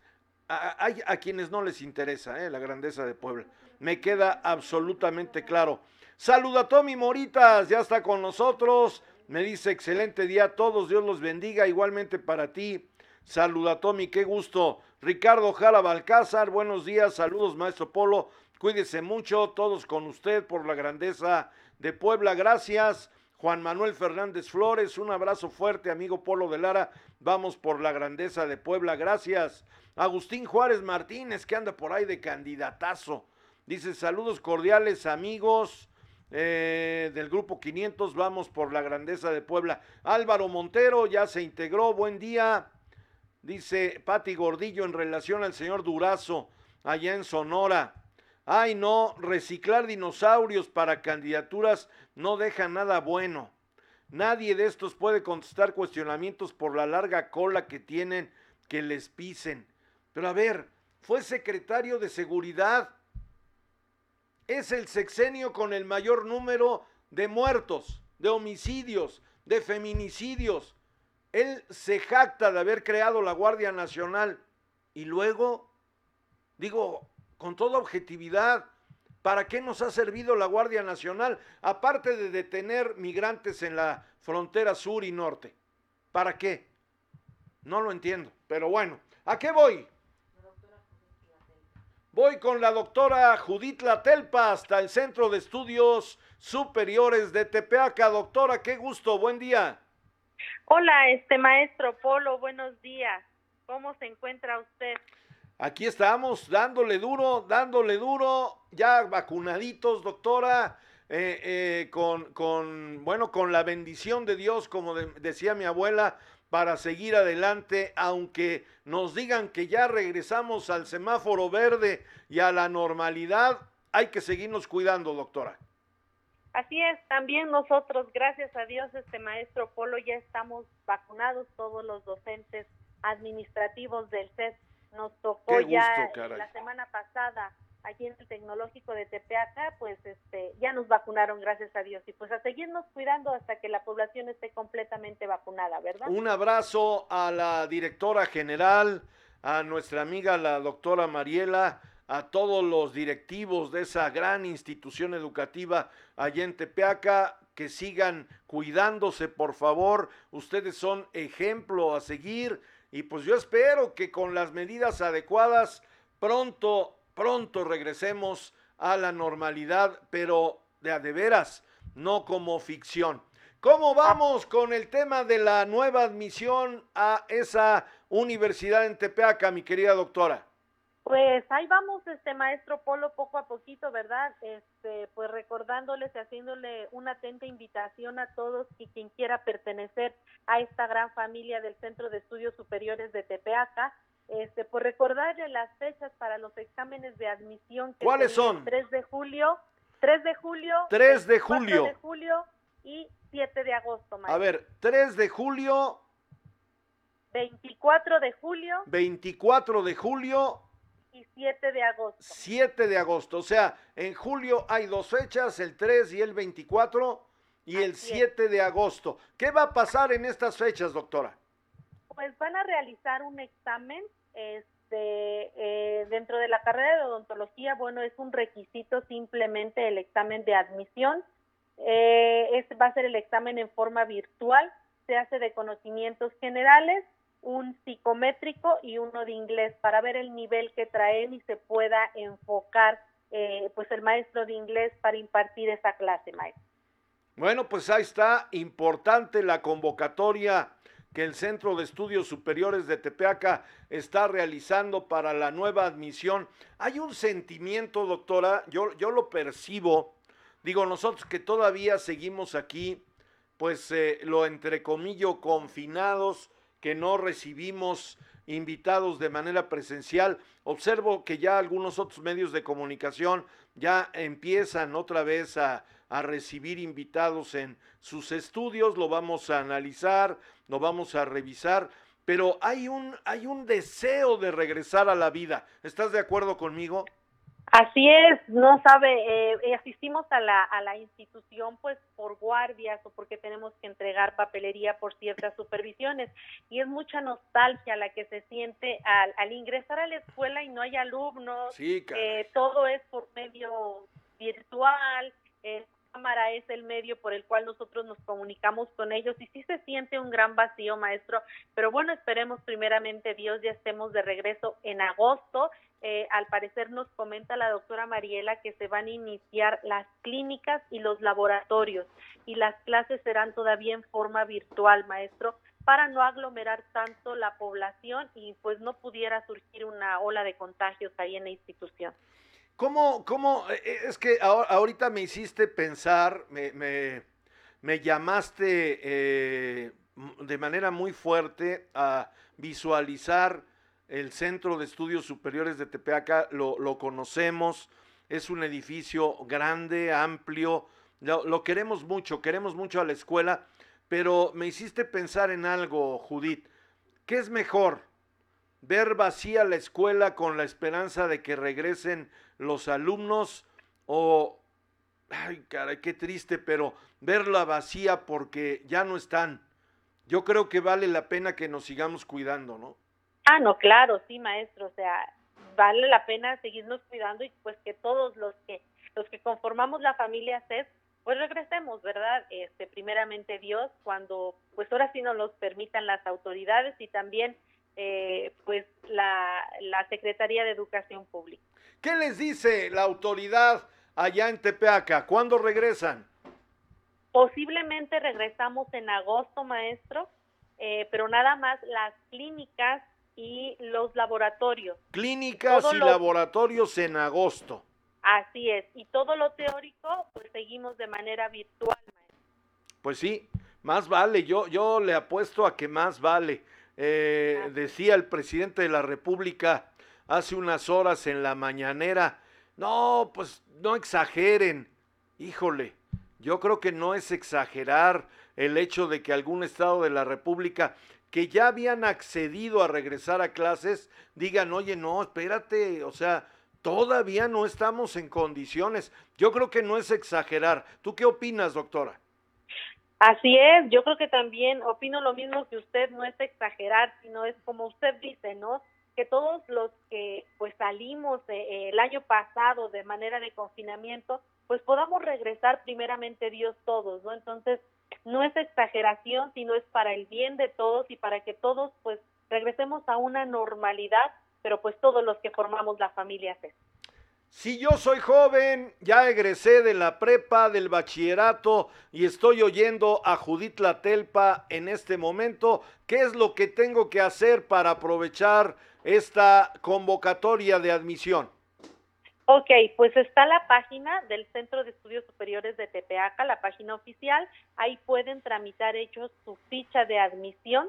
a quienes no les interesa la grandeza de Puebla. Me queda absolutamente claro. Saluda a Tommy Moritas, ya está con nosotros. Me dice, excelente día a todos, Dios los bendiga, igualmente para ti. Saluda a Tommy, qué gusto. Ricardo Jara Balcázar, buenos días, saludos maestro Polo. Cuídese mucho, todos con usted por la grandeza de Puebla, gracias. Juan Manuel Fernández Flores, un abrazo fuerte, amigo Polo de Lara. Vamos por la grandeza de Puebla, gracias. Agustín Juárez Martínez, que anda por ahí de candidatazo. Dice, saludos cordiales, amigos del Grupo 500, vamos por la grandeza de Puebla. Álvaro Montero ya se integró, buen día. Dice Pati Gordillo en relación al señor Durazo, allá en Sonora. Ay, no, reciclar dinosaurios para candidaturas no deja nada bueno. Nadie de estos puede contestar cuestionamientos por la larga cola que tienen que les pisen. Pero a ver, fue secretario de Seguridad. Es el sexenio con el mayor número de muertos, de homicidios, de feminicidios. Él se jacta de haber creado la Guardia Nacional. Y luego, digo, con toda objetividad, ¿para qué nos ha servido la Guardia Nacional? Aparte de detener migrantes en la frontera sur y norte. ¿Para qué? No lo entiendo, pero bueno, ¿a qué voy? Voy con la doctora Judith Latelpa hasta el Centro de Estudios Superiores de Tepeaca. Doctora, qué gusto, buen día. Hola, maestro Polo, buenos días. ¿Cómo se encuentra usted? Aquí estamos, dándole duro, ya vacunaditos, doctora, con la bendición de Dios, como decía mi abuela, para seguir adelante, aunque nos digan que ya regresamos al semáforo verde y a la normalidad, hay que seguirnos cuidando, doctora. Así es, también nosotros, gracias a Dios, maestro Polo, ya estamos vacunados, todos los docentes administrativos del CES. Nos tocó la semana pasada aquí en el Tecnológico de Tepeaca, pues ya nos vacunaron, gracias a Dios, y pues a seguirnos cuidando hasta que la población esté completamente vacunada, ¿verdad? Un abrazo a la directora general, a nuestra amiga la doctora Mariela, a todos los directivos de esa gran institución educativa allá en Tepeaca, que sigan cuidándose, por favor. Ustedes son ejemplo a seguir, y pues yo espero que con las medidas adecuadas pronto regresemos a la normalidad, pero de a de veras, no como ficción. ¿Cómo vamos con el tema de la nueva admisión a esa universidad en Tepeaca, mi querida doctora? Pues ahí vamos, maestro Polo, poco a poquito, ¿verdad? Pues recordándoles y haciéndole una atenta invitación a todos y quien quiera pertenecer a esta gran familia del Centro de Estudios Superiores de Tepeaca, pues recordarle las fechas para los exámenes de admisión. ¿Cuáles son? 3 de julio, 3 de julio. 4 de julio y 7 de agosto, maestro. A ver, 3 de julio. 24 de julio. 24 de julio. Y 7 de agosto. 7 de agosto, o sea, en julio hay 2 fechas, el 3 y el 24 y el 7 de agosto. ¿Qué va a pasar en estas fechas, doctora? Pues van a realizar un examen, dentro de la carrera de odontología, bueno, es un requisito simplemente el examen de admisión. Va a ser el examen en forma virtual, se hace de conocimientos generales, un psicométrico y uno de inglés para ver el nivel que traen y se pueda enfocar pues el maestro de inglés para impartir esa clase, maestro. Bueno, pues ahí está, importante la convocatoria que el Centro de Estudios Superiores de Tepeaca está realizando para la nueva admisión. Hay un sentimiento, doctora, yo lo percibo, digo, nosotros que todavía seguimos aquí, pues lo entrecomillo confinados, que no recibimos invitados de manera presencial. Observo que ya algunos otros medios de comunicación ya empiezan otra vez a recibir invitados en sus estudios, lo vamos a analizar, lo vamos a revisar, pero hay un deseo de regresar a la vida. ¿Estás de acuerdo conmigo? Así es, no sabe, asistimos a la institución pues por guardias o porque tenemos que entregar papelería por ciertas supervisiones y es mucha nostalgia la que se siente al ingresar a la escuela y no hay alumnos, sí, todo es por medio virtual, cámara es el medio por el cual nosotros nos comunicamos con ellos y sí se siente un gran vacío, maestro, pero bueno, esperemos primeramente Dios ya estemos de regreso en agosto. Al parecer nos comenta la doctora Mariela que se van a iniciar las clínicas y los laboratorios y las clases serán todavía en forma virtual, maestro, para no aglomerar tanto la población y pues no pudiera surgir una ola de contagios ahí en la institución. ¿Cómo? Es que ahorita me hiciste pensar, me llamaste de manera muy fuerte a visualizar el Centro de Estudios Superiores de Tepeaca, lo conocemos, es un edificio grande, amplio, lo queremos mucho a la escuela, pero me hiciste pensar en algo, Judith. ¿Qué es mejor? ¿Ver vacía la escuela con la esperanza de que regresen los alumnos o, ay caray, qué triste, pero verla vacía porque ya no están? Yo creo que vale la pena que nos sigamos cuidando, ¿no? No, claro, sí, maestro, o sea, vale la pena seguirnos cuidando y pues que todos los que conformamos la familia CES, pues regresemos, ¿verdad? Primeramente Dios, cuando pues ahora sí nos los permitan las autoridades y también pues la Secretaría de Educación Pública. ¿Qué les dice la autoridad allá en Tepeaca? ¿Cuándo regresan? Posiblemente regresamos en agosto, maestro, pero nada más las clínicas y los laboratorios. Clínicas y laboratorios en agosto. Así es, y todo lo teórico, pues seguimos de manera virtual, maestro. Pues sí, más vale, yo le apuesto a que más vale. Decía el presidente de la República hace unas horas en la mañanera, no, pues no exageren, híjole, yo creo que no es exagerar el hecho de que algún estado de la República que ya habían accedido a regresar a clases, digan, oye, no, espérate, o sea, todavía no estamos en condiciones. Yo creo que no es exagerar. ¿Tú qué opinas, doctora? Así es, yo creo que también opino lo mismo que usted, no es exagerar, sino es como usted dice, ¿no? Que todos los que pues salimos el año pasado de manera de confinamiento, pues podamos regresar primeramente Dios todos, ¿no? Entonces, no es exageración, sino es para el bien de todos y para que todos pues regresemos a una normalidad, pero pues todos los que formamos la familia CES. Si yo soy joven, ya egresé de la prepa, del bachillerato y estoy oyendo a Judith Latelpa en este momento, ¿qué es lo que tengo que hacer para aprovechar esta convocatoria de admisión? Ok, pues está la página del Centro de Estudios Superiores de Tepeaca, la página oficial, ahí pueden tramitar ellos su ficha de admisión,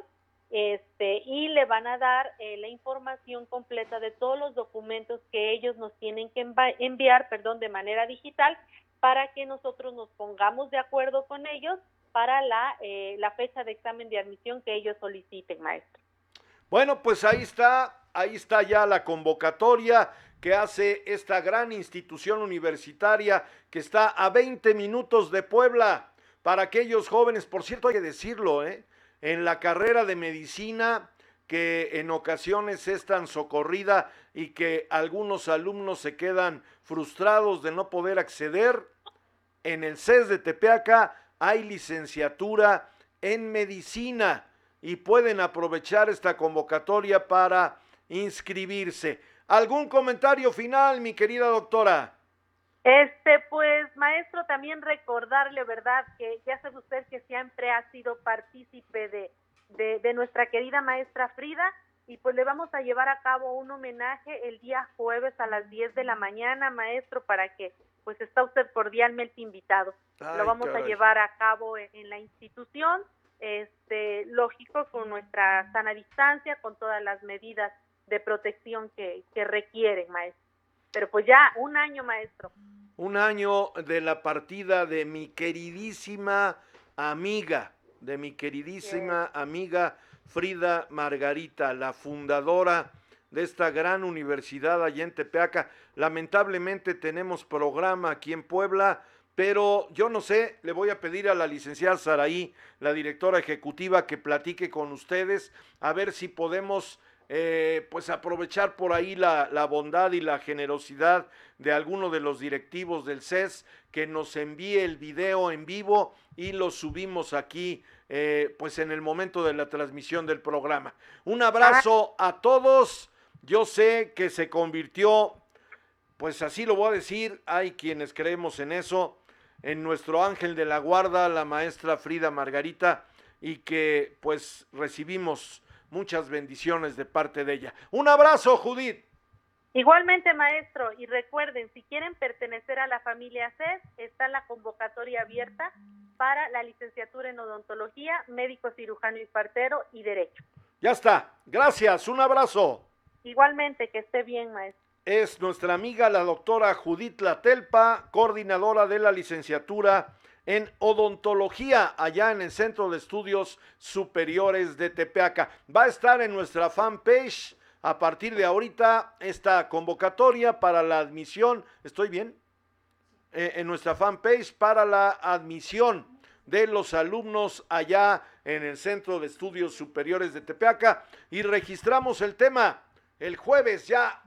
y le van a dar la información completa de todos los documentos que ellos nos tienen que enviar, de manera digital, para que nosotros nos pongamos de acuerdo con ellos para la fecha de examen de admisión que ellos soliciten, maestro. Bueno, pues ahí está ya la convocatoria que hace esta gran institución universitaria que está a 20 minutos de Puebla, para aquellos jóvenes, por cierto hay que decirlo, en la carrera de medicina, que en ocasiones es tan socorrida y que algunos alumnos se quedan frustrados de no poder acceder. En el CES de Tepeaca hay licenciatura en medicina y pueden aprovechar esta convocatoria para inscribirse. ¿Algún comentario final, mi querida doctora? Pues maestro, también recordarle, ¿verdad?, que ya sabe usted que siempre ha sido partícipe de nuestra querida maestra Frida, y pues le vamos a llevar a cabo un homenaje el día jueves a las 10 de la mañana, maestro, para que pues está usted cordialmente invitado. Lo vamos a llevar a cabo en la institución, lógico, con nuestra sana distancia, con todas las medidas de protección que requieren, maestro. Pero pues ya un año, maestro. Un año de la partida de mi queridísima amiga, Frida Margarita, la fundadora de esta gran universidad allá en Tepeaca. Lamentablemente tenemos programa aquí en Puebla, pero yo no sé, le voy a pedir a la licenciada Saraí, la directora ejecutiva, que platique con ustedes, a ver si podemos pues aprovechar por ahí la bondad y la generosidad de alguno de los directivos del CES, que nos envíe el video en vivo y lo subimos aquí pues en el momento de la transmisión del programa. Un abrazo a todos. Yo sé que se convirtió, pues así lo voy a decir, hay quienes creemos en eso, en nuestro ángel de la guarda, la maestra Frida Margarita, y que pues recibimos muchas bendiciones de parte de ella. Un abrazo, Judith. Igualmente, maestro, y recuerden, si quieren pertenecer a la familia CES, está la convocatoria abierta para la licenciatura en odontología, médico cirujano y partero y derecho. Ya está, gracias, un abrazo. Igualmente, que esté bien, maestro. Es nuestra amiga la doctora Judith Latelpa, coordinadora de la licenciatura en odontología allá en el Centro de Estudios Superiores de Tepeaca. Va a estar en nuestra fanpage a partir de ahorita esta convocatoria para la admisión. ¿Estoy bien? En nuestra fanpage para la admisión de los alumnos allá en el Centro de Estudios Superiores de Tepeaca, y registramos el tema el jueves ya.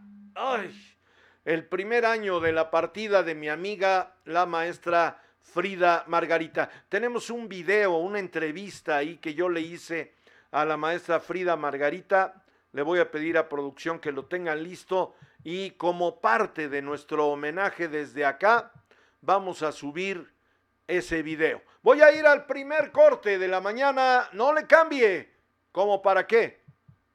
El primer año de la partida de mi amiga la maestra Frida Margarita. Tenemos un video, una entrevista ahí que yo le hice a la maestra Frida Margarita. Le voy a pedir a producción que lo tengan listo, y como parte de nuestro homenaje desde acá vamos a subir ese video. Voy a ir al primer corte de la mañana, no le cambie. ¿Cómo para qué?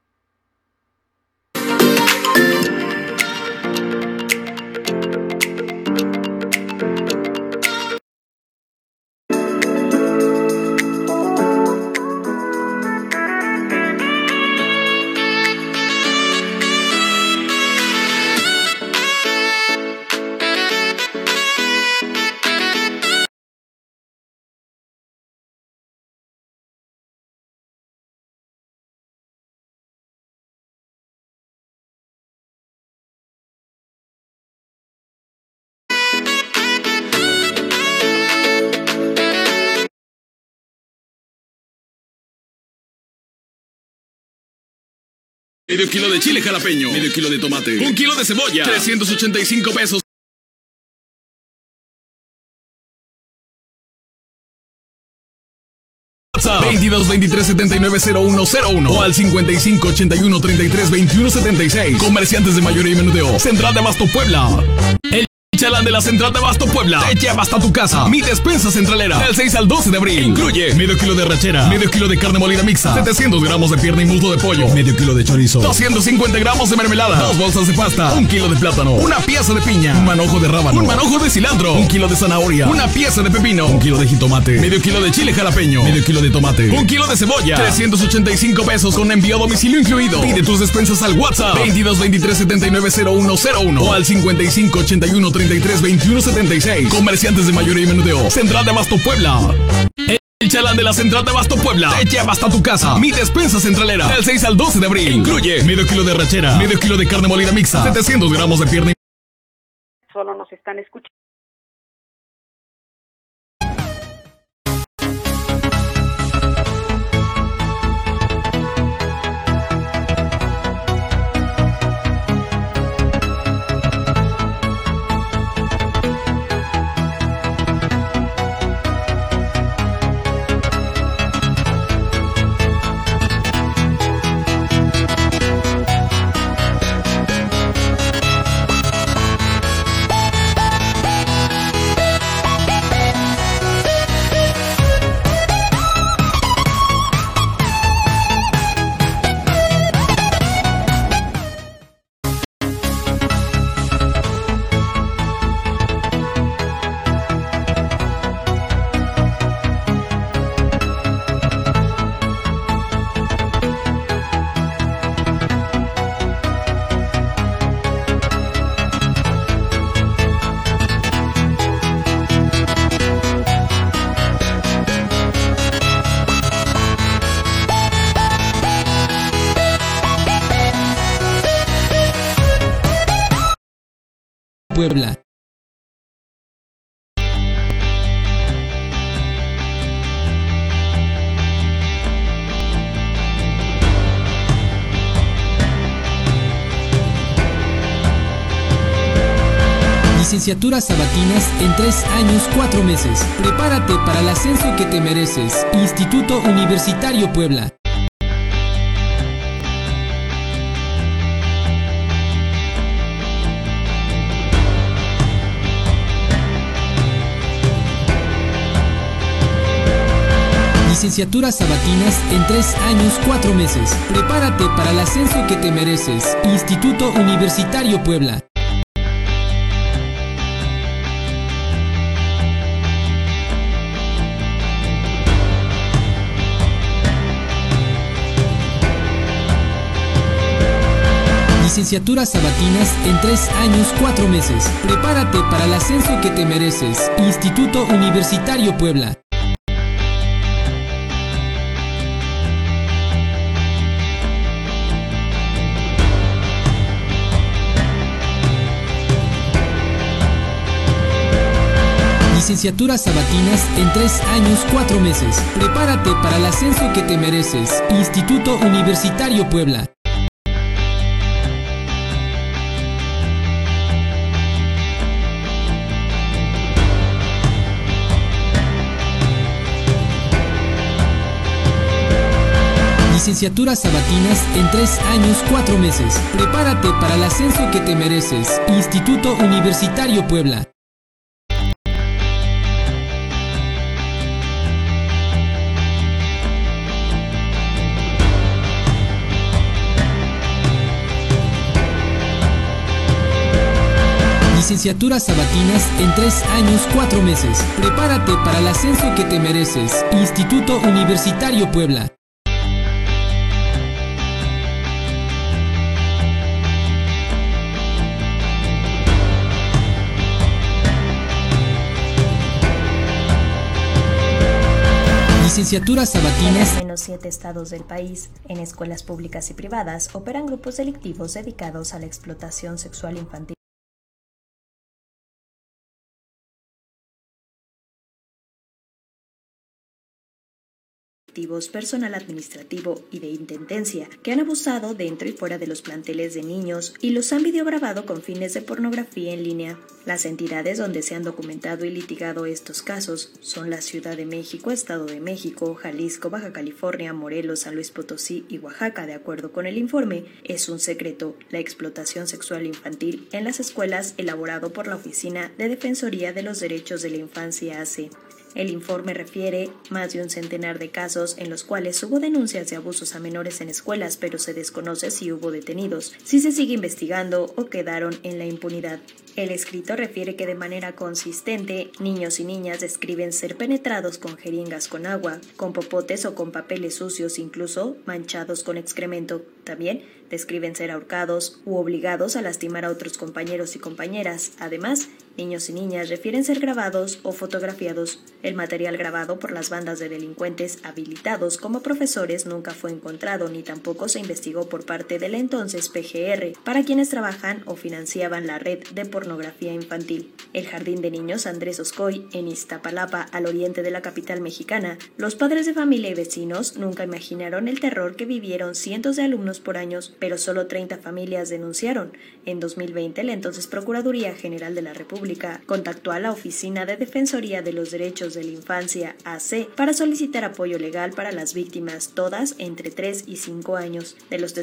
Medio kilo de chile jalapeño, medio kilo de tomate, 1 kilo de cebolla, 385 pesos. WhatsApp 22 23 79 0101 o al 55 81 33 21 76. Comerciantes de mayoría y menudeo. Central de Abasto Puebla. El chalán de la Central de Abasto Puebla te lleva hasta tu casa. Mi despensa centralera del 6 al 12 de abril. Incluye medio kilo de rachera, medio kilo de carne molida mixta, 700 gramos de pierna y muslo de pollo, medio kilo de chorizo, 250 gramos de mermelada, 2 bolsas de pasta, 1 kilo de plátano, una pieza de piña, un manojo de rábano, un manojo de cilantro, 1 kilo de zanahoria, una pieza de pepino, 1 kilo de jitomate, medio kilo de chile jalapeño, medio kilo de tomate, 1 kilo de cebolla, 385 pesos con envío a domicilio incluido. Pide tus despensas al WhatsApp 22 23 79 0101 o al 55 81 33 1-800-833-2176. Comerciantes de mayoría y menudeo. Central de Abasto Puebla. El chalán de la Central de Abasto Puebla te lleva hasta tu casa. Mi despensa centralera del 6 al 12 de abril. Incluye medio kilo de rachera, medio kilo de carne molida mixta, 700 gramos de pierna. Solo nos están escuchando. Puebla. Licenciaturas sabatinas en 3 años 4 meses. Prepárate para el ascenso que te mereces. Instituto Universitario Puebla. Licenciaturas sabatinas en 3 años 4 meses. Prepárate para el ascenso que te mereces. Instituto Universitario Puebla. Licenciaturas sabatinas en 3 años 4 meses. Prepárate para el ascenso que te mereces. Instituto Universitario Puebla. Licenciaturas sabatinas en 3 años 4 meses. Prepárate para el ascenso que te mereces. Instituto Universitario Puebla. Licenciaturas sabatinas en 3 años 4 meses. Prepárate para el ascenso que te mereces. Instituto Universitario Puebla. Licenciaturas sabatinas en 3 años 4 meses. Prepárate para el ascenso que te mereces. Instituto Universitario Puebla. Licenciaturas sabatinas. En al menos 7 estados del país, en escuelas públicas y privadas, operan grupos delictivos dedicados a la explotación sexual infantil. Personal administrativo y de intendencia que han abusado dentro y fuera de los planteles de niños y los han videograbado con fines de pornografía en línea. Las entidades donde se han documentado y litigado estos casos son la Ciudad de México, Estado de México, Jalisco, Baja California, Morelos, San Luis Potosí y Oaxaca. De acuerdo con el informe, es un secreto la explotación sexual infantil en las escuelas elaborado por la Oficina de Defensoría de los Derechos de la Infancia ACE. El informe refiere más de un centenar de casos en los cuales hubo denuncias de abusos a menores en escuelas, pero se desconoce si hubo detenidos, si se sigue investigando o quedaron en la impunidad. El escrito refiere que de manera consistente, niños y niñas describen ser penetrados con jeringas con agua, con popotes o con papeles sucios, incluso manchados con excremento. También describen ser ahorcados u obligados a lastimar a otros compañeros y compañeras. Además, Niños y niñas refieren ser grabados o fotografiados. El material grabado por las bandas de delincuentes habilitados como profesores nunca fue encontrado ni tampoco se investigó por parte de la entonces PGR, para quienes trabajan o financiaban la red de pornografía infantil. El Jardín de Niños Andrés Oscoy, en Iztapalapa, al oriente de la capital mexicana, los padres de familia y vecinos nunca imaginaron el terror que vivieron cientos de alumnos por años, pero solo 30 familias denunciaron. En 2020, la entonces Procuraduría General de la República contactó a la Oficina de Defensoría de los Derechos de la Infancia, AC, para solicitar apoyo legal para las víctimas, todas entre 3 y 5 años. De los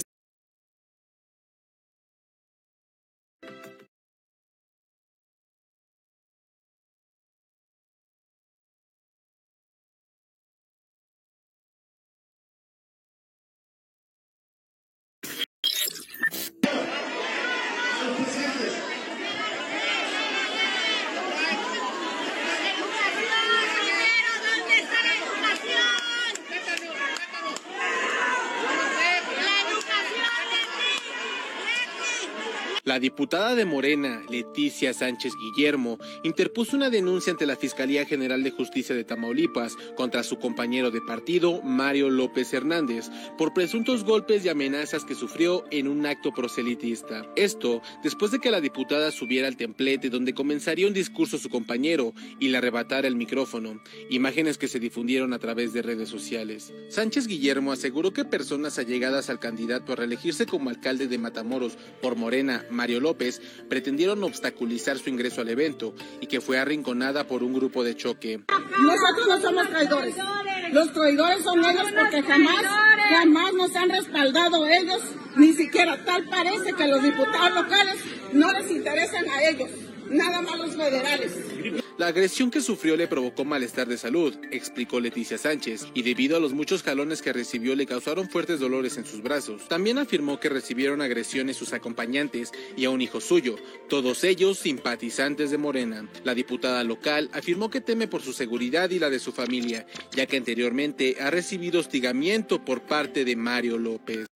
La diputada de Morena, Leticia Sánchez Guillermo, interpuso una denuncia ante la Fiscalía General de Justicia de Tamaulipas contra su compañero de partido, Mario López Hernández, por presuntos golpes y amenazas que sufrió en un acto proselitista. Esto después de que la diputada subiera al templete donde comenzaría un discurso su compañero y le arrebatara el micrófono, imágenes que se difundieron a través de redes sociales. Sánchez Guillermo aseguró que personas allegadas al candidato a reelegirse como alcalde de Matamoros por Morena, Mario López, pretendieron obstaculizar su ingreso al evento y que fue arrinconada por un grupo de choque. Nosotros no somos traidores. Los traidores son ellos porque jamás nos han respaldado ellos, ni siquiera tal parece que los diputados locales no les interesan a ellos, nada más los federales. La agresión que sufrió le provocó malestar de salud, explicó Leticia Sánchez, y debido a los muchos jalones que recibió le causaron fuertes dolores en sus brazos. También afirmó que recibieron agresiones sus acompañantes y a un hijo suyo, todos ellos simpatizantes de Morena. La diputada local afirmó que teme por su seguridad y la de su familia, ya que anteriormente ha recibido hostigamiento por parte de Mario López.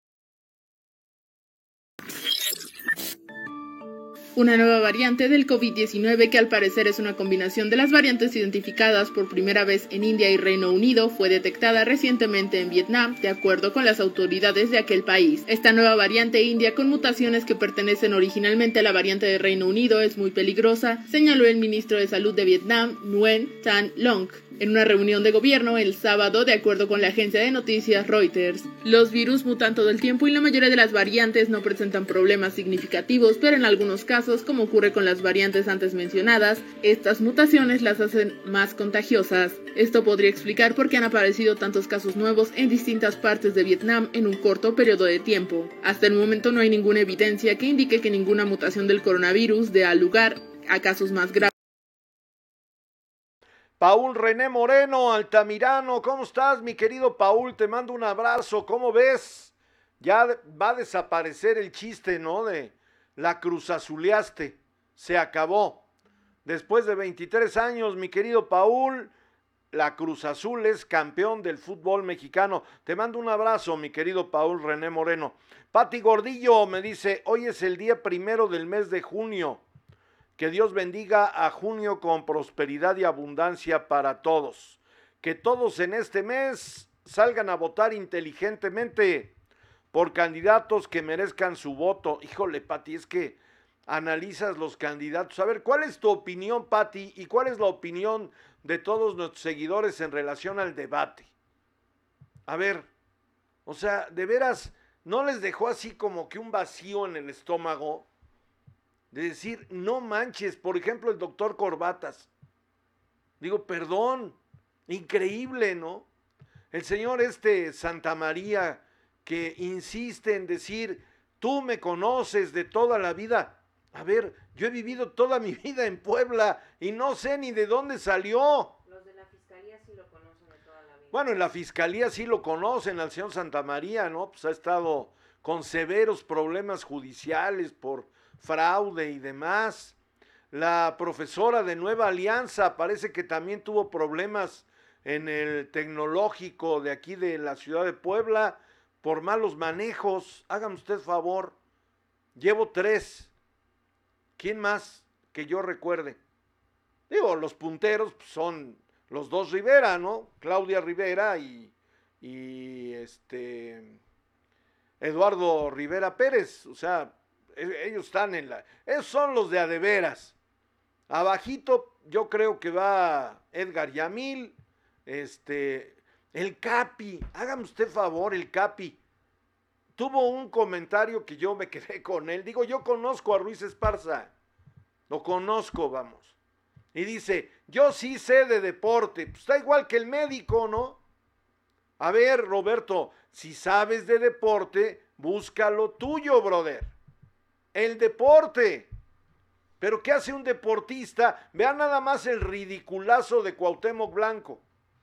Una nueva variante del COVID-19, que al parecer es una combinación de las variantes identificadas por primera vez en India y Reino Unido, fue detectada recientemente en Vietnam, de acuerdo con las autoridades de aquel país. Esta nueva variante india, con mutaciones que pertenecen originalmente a la variante de Reino Unido, es muy peligrosa, señaló el ministro de Salud de Vietnam, Nguyen Thanh Long, en una reunión de gobierno el sábado, de acuerdo con la agencia de noticias Reuters. Los virus mutan todo el tiempo y la mayoría de las variantes no presentan problemas significativos, pero en algunos casos, como ocurre con las variantes antes mencionadas, estas mutaciones las hacen más contagiosas. Esto podría explicar por qué han aparecido tantos casos nuevos en distintas partes de Vietnam en un corto periodo de tiempo. Hasta el momento no hay ninguna evidencia que indique que ninguna mutación del coronavirus dé lugar a casos más graves. Paul René Moreno, Altamirano, ¿cómo estás, mi querido Paul? Te mando un abrazo, ¿cómo ves? Ya va a desaparecer el chiste, ¿no? De la cruzazuleaste, se acabó. Después de 23 años, mi querido Paul, la Cruz Azul es campeón del fútbol mexicano. Te mando un abrazo, mi querido Paul René Moreno. Pati Gordillo me dice, hoy es el día 1 del mes de junio. Que Dios bendiga a junio con prosperidad y abundancia para todos. Que todos en este mes salgan a votar inteligentemente por candidatos que merezcan su voto. Híjole, Pati, es que analizas los candidatos. A ver, ¿cuál es tu opinión, Pati? ¿Y cuál es la opinión de todos nuestros seguidores en relación al debate? A ver, o sea, de veras, ¿no les dejó así como que un vacío en el estómago? De decir, no manches, por ejemplo, el doctor Corbatas. Digo, perdón, increíble, ¿no? El señor Santamaría, que insiste en decir, tú me conoces de toda la vida. A ver, yo he vivido toda mi vida en Puebla y no sé ni de dónde salió. Los de la Fiscalía sí lo conocen de toda la vida. Bueno, en la Fiscalía sí lo conocen al señor Santamaría, ¿no? Pues ha estado con severos problemas judiciales por fraude y demás. La profesora de Nueva Alianza parece que también tuvo problemas en el tecnológico de aquí de la ciudad de Puebla por malos manejos. Hágame usted favor, llevo 3. ¿Quién más? que yo recuerde. Digo, los punteros son los dos Rivera, ¿no? Claudia Rivera y Eduardo Rivera Pérez. O sea, ellos están esos son los de a de veras. Abajito yo creo que va Edgar Yamil, el Capi, hágame usted favor, el Capi. Tuvo un comentario que yo me quedé con él. Digo, yo conozco a Ruiz Esparza. Lo conozco, vamos. Y dice, yo sí sé de deporte. Pues está igual que el médico, ¿no? A ver, Roberto, si sabes de deporte, busca lo tuyo, brother. El deporte. Pero ¿qué hace un deportista? Vean nada más el ridiculazo de Cuauhtémoc Blanco.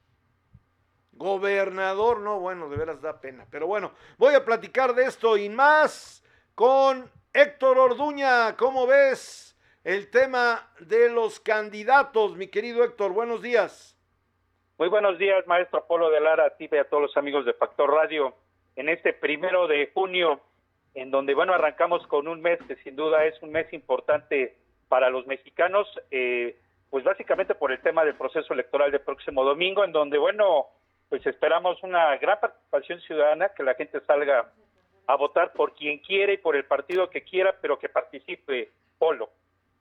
Gobernador, no, bueno, de veras da pena. Pero bueno, voy a platicar de esto y más con Héctor Orduña. ¿Cómo ves el tema de los candidatos, mi querido Héctor? Buenos días. Muy buenos días, maestro Polo de Lara, a ti y a todos los amigos de Factor Radio. En este 1 de junio, en donde, bueno, arrancamos con un mes que sin duda es un mes importante para los mexicanos, pues básicamente por el tema del proceso electoral del próximo domingo, en donde, bueno, pues esperamos una gran participación ciudadana, que la gente salga a votar por quien quiera y por el partido que quiera, pero que participe, Polo.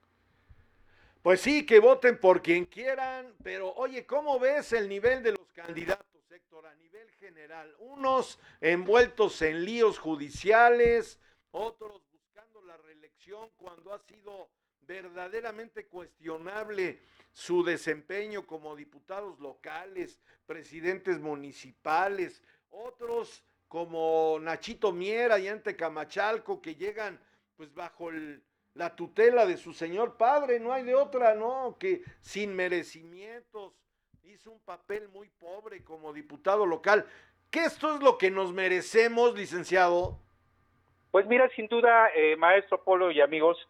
Pues sí, que voten por quien quieran, pero oye, ¿cómo ves el nivel de los candidatos, Héctor, a nivel general? Unos envueltos en líos judiciales, otros buscando la reelección cuando ha sido verdaderamente cuestionable su desempeño como diputados locales, presidentes municipales, otros como Nachito Miera y Ante Camachalco, que llegan pues bajo la tutela de su señor padre, no hay de otra, ¿no? Que sin merecimientos hizo un papel muy pobre como diputado local. ¿Que esto es lo que nos merecemos, licenciado? Pues mira, sin duda, maestro Polo y amigos,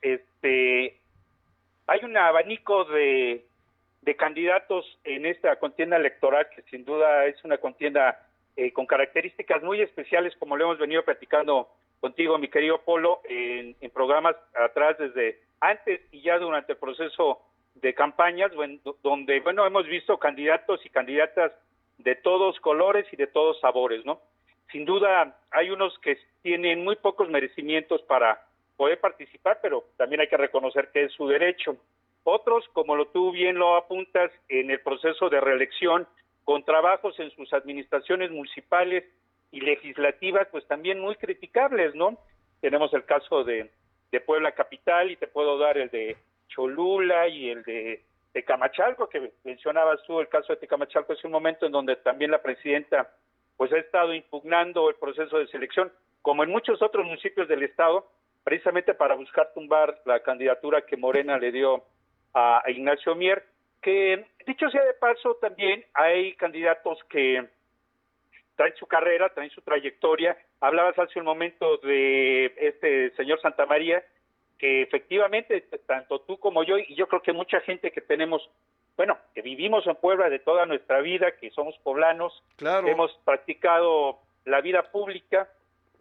hay un abanico de candidatos en esta contienda electoral que sin duda es una contienda con características muy especiales, como lo hemos venido platicando contigo, mi querido Polo, en programas atrás, desde antes y ya durante el proceso de campañas, donde, bueno, hemos visto candidatos y candidatas de todos colores y de todos sabores, ¿no? Sin duda hay unos que tienen muy pocos merecimientos para poder participar, pero también hay que reconocer que es su derecho. Otros, como tú bien lo apuntas, en el proceso de reelección, con trabajos en sus administraciones municipales y legislativas, pues también muy criticables, ¿no? Tenemos el caso de Puebla Capital, y te puedo dar el de Cholula y el de Tecamachalco, que mencionabas tú, el caso de Tecamachalco hace un momento, en donde también la presidenta pues ha estado impugnando el proceso de selección, como en muchos otros municipios del estado, precisamente para buscar tumbar la candidatura que Morena le dio a Ignacio Mier, que dicho sea de paso, también hay candidatos que traen su carrera, traen su trayectoria. Hablabas hace un momento de este señor Santamaría, que efectivamente, tanto tú como yo, y yo creo que mucha gente que tenemos, bueno, que vivimos en Puebla de toda nuestra vida, que somos poblanos, claro, que hemos practicado la vida pública,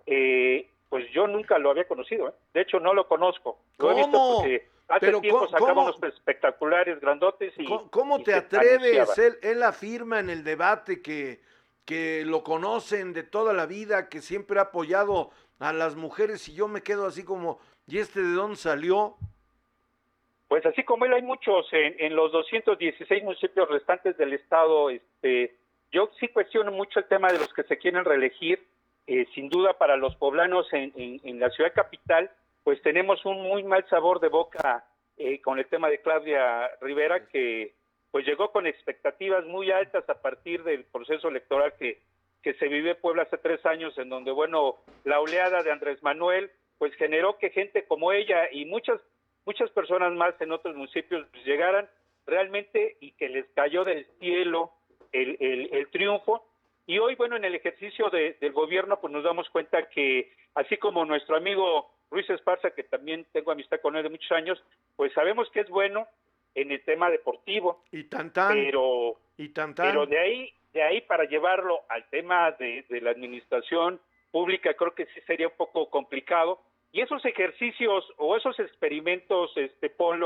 pues yo nunca lo había conocido, ¿eh? De hecho, no lo conozco. Lo he visto porque hace tiempo sacaba unos espectaculares grandotes y... ¿Cómo te atreves? Él afirma en el debate que lo conocen de toda la vida, que siempre ha apoyado a las mujeres, y yo me quedo así como, ¿y de dónde salió? Pues así como él hay muchos en los 216 municipios restantes del estado. Yo sí cuestiono mucho el tema de los que se quieren reelegir. Sin duda para los poblanos en la ciudad capital, pues tenemos un muy mal sabor de boca con el tema de Claudia Rivera, que pues llegó con expectativas muy altas a partir del proceso electoral que se vivió en Puebla hace 3 años, en donde, bueno, la oleada de Andrés Manuel pues generó que gente como ella y muchas personas más en otros municipios pues llegaran realmente, y que les cayó del cielo el triunfo. Y hoy, bueno, en el ejercicio del gobierno, pues nos damos cuenta que, así como nuestro amigo Ruiz Esparza, que también tengo amistad con él de muchos años, pues sabemos que es bueno en el tema deportivo. Pero de ahí para llevarlo al tema de la administración pública, creo que sí sería un poco complicado. Y esos ejercicios o esos experimentos, Polo,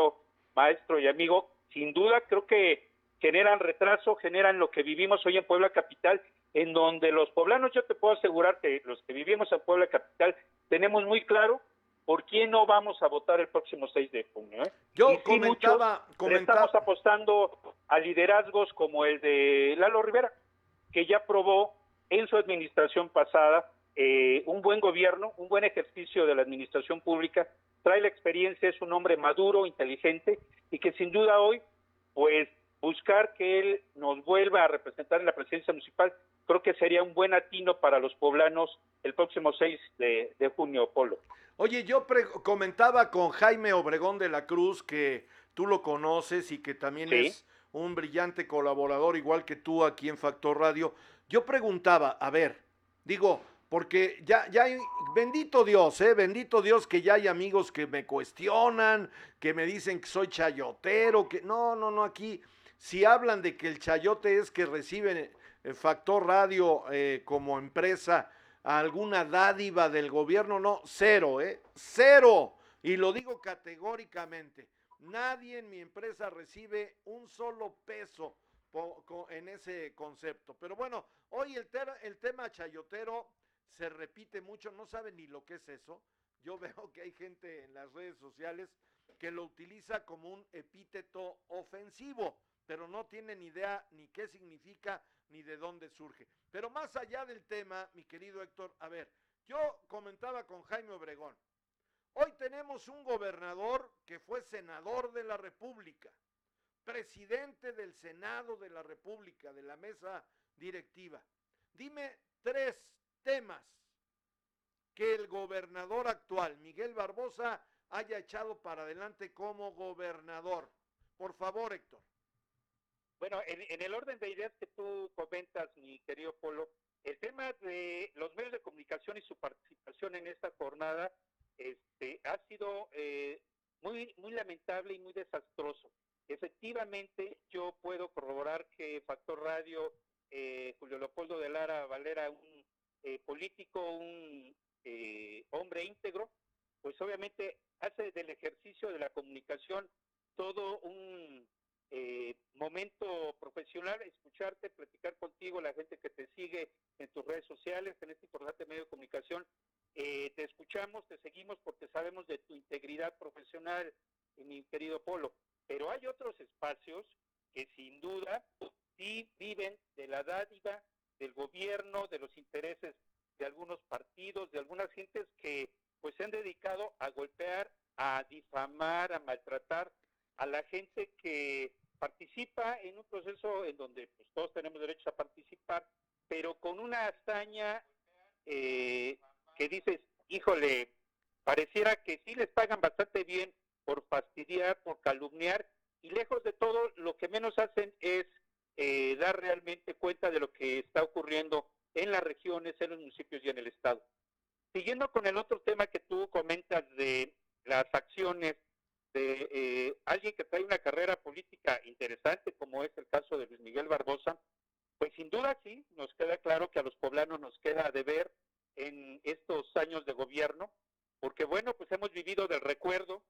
maestro y amigo, sin duda creo que generan retraso, generan lo que vivimos hoy en Puebla Capital, en donde los poblanos, yo te puedo asegurar que los que vivimos en Puebla Capital tenemos muy claro por quién no vamos a votar el próximo 6 de junio. Yo y sí, comentaba, estamos apostando a liderazgos como el de Lalo Rivera, que ya probó en su administración pasada un buen gobierno, un buen ejercicio de la administración pública, trae la experiencia, es un hombre maduro, inteligente, y que sin duda hoy, pues, buscar que él nos vuelva a representar en la presidencia municipal, creo que sería un buen atino para los poblanos el próximo 6 de junio, Polo. Oye, yo comentaba con Jaime Obregón de la Cruz, que tú lo conoces y que también es un brillante colaborador, igual que tú aquí en Factor Radio. Yo preguntaba, a ver, digo, porque ya hay, bendito Dios que ya hay amigos que me cuestionan, que me dicen que soy chayotero, que no, aquí, si hablan de que el chayote es que reciben Factor Radio como empresa alguna dádiva del gobierno, no, cero, cero, y lo digo categóricamente, nadie en mi empresa recibe un solo peso en ese concepto, pero bueno, hoy el tema chayotero se repite mucho, no saben ni lo que es eso. Yo veo que hay gente en las redes sociales que lo utiliza como un epíteto ofensivo, pero no tienen idea ni qué significa ni de dónde surge. Pero más allá del tema, mi querido Héctor, a ver, yo comentaba con Jaime Obregón, hoy tenemos un gobernador que fue senador de la República, presidente del Senado de la República, de la mesa directiva. Dime 3 temas que el gobernador actual, Miguel Barbosa, haya echado para adelante como gobernador. Por favor, Héctor. Bueno, en el orden de ideas que tú comentas, mi querido Polo, el tema de los medios de comunicación y su participación en esta jornada ha sido muy, muy lamentable y muy desastroso. Efectivamente, yo puedo corroborar que Factor Radio, Julio Leopoldo de Lara Valera, un político, un hombre íntegro, pues obviamente hace del ejercicio de la comunicación todo un momento profesional, escucharte, platicar contigo, la gente que te sigue en tus redes sociales, en este importante medio de comunicación, te escuchamos, te seguimos porque sabemos de tu integridad profesional, mi querido Polo, pero hay otros espacios que sin duda sí viven de la dádiva del gobierno, de los intereses de algunos partidos, de algunas gentes que pues se han dedicado a golpear, a difamar, a maltratar a la gente que participa en un proceso en donde pues, todos tenemos derecho a participar, pero con una hazaña que dices, híjole, pareciera que sí les pagan bastante bien por fastidiar, por calumniar, y lejos de todo, lo que menos hacen es dar realmente cuenta de lo que está ocurriendo en las regiones, en los municipios y en el estado. Siguiendo con el otro tema que tú comentas de las acciones de alguien que trae una carrera política interesante, como es el caso de Luis Miguel Barbosa, pues sin duda sí, nos queda claro que a los poblanos nos queda a deber en estos años de gobierno, porque bueno, pues hemos vivido del recuerdo,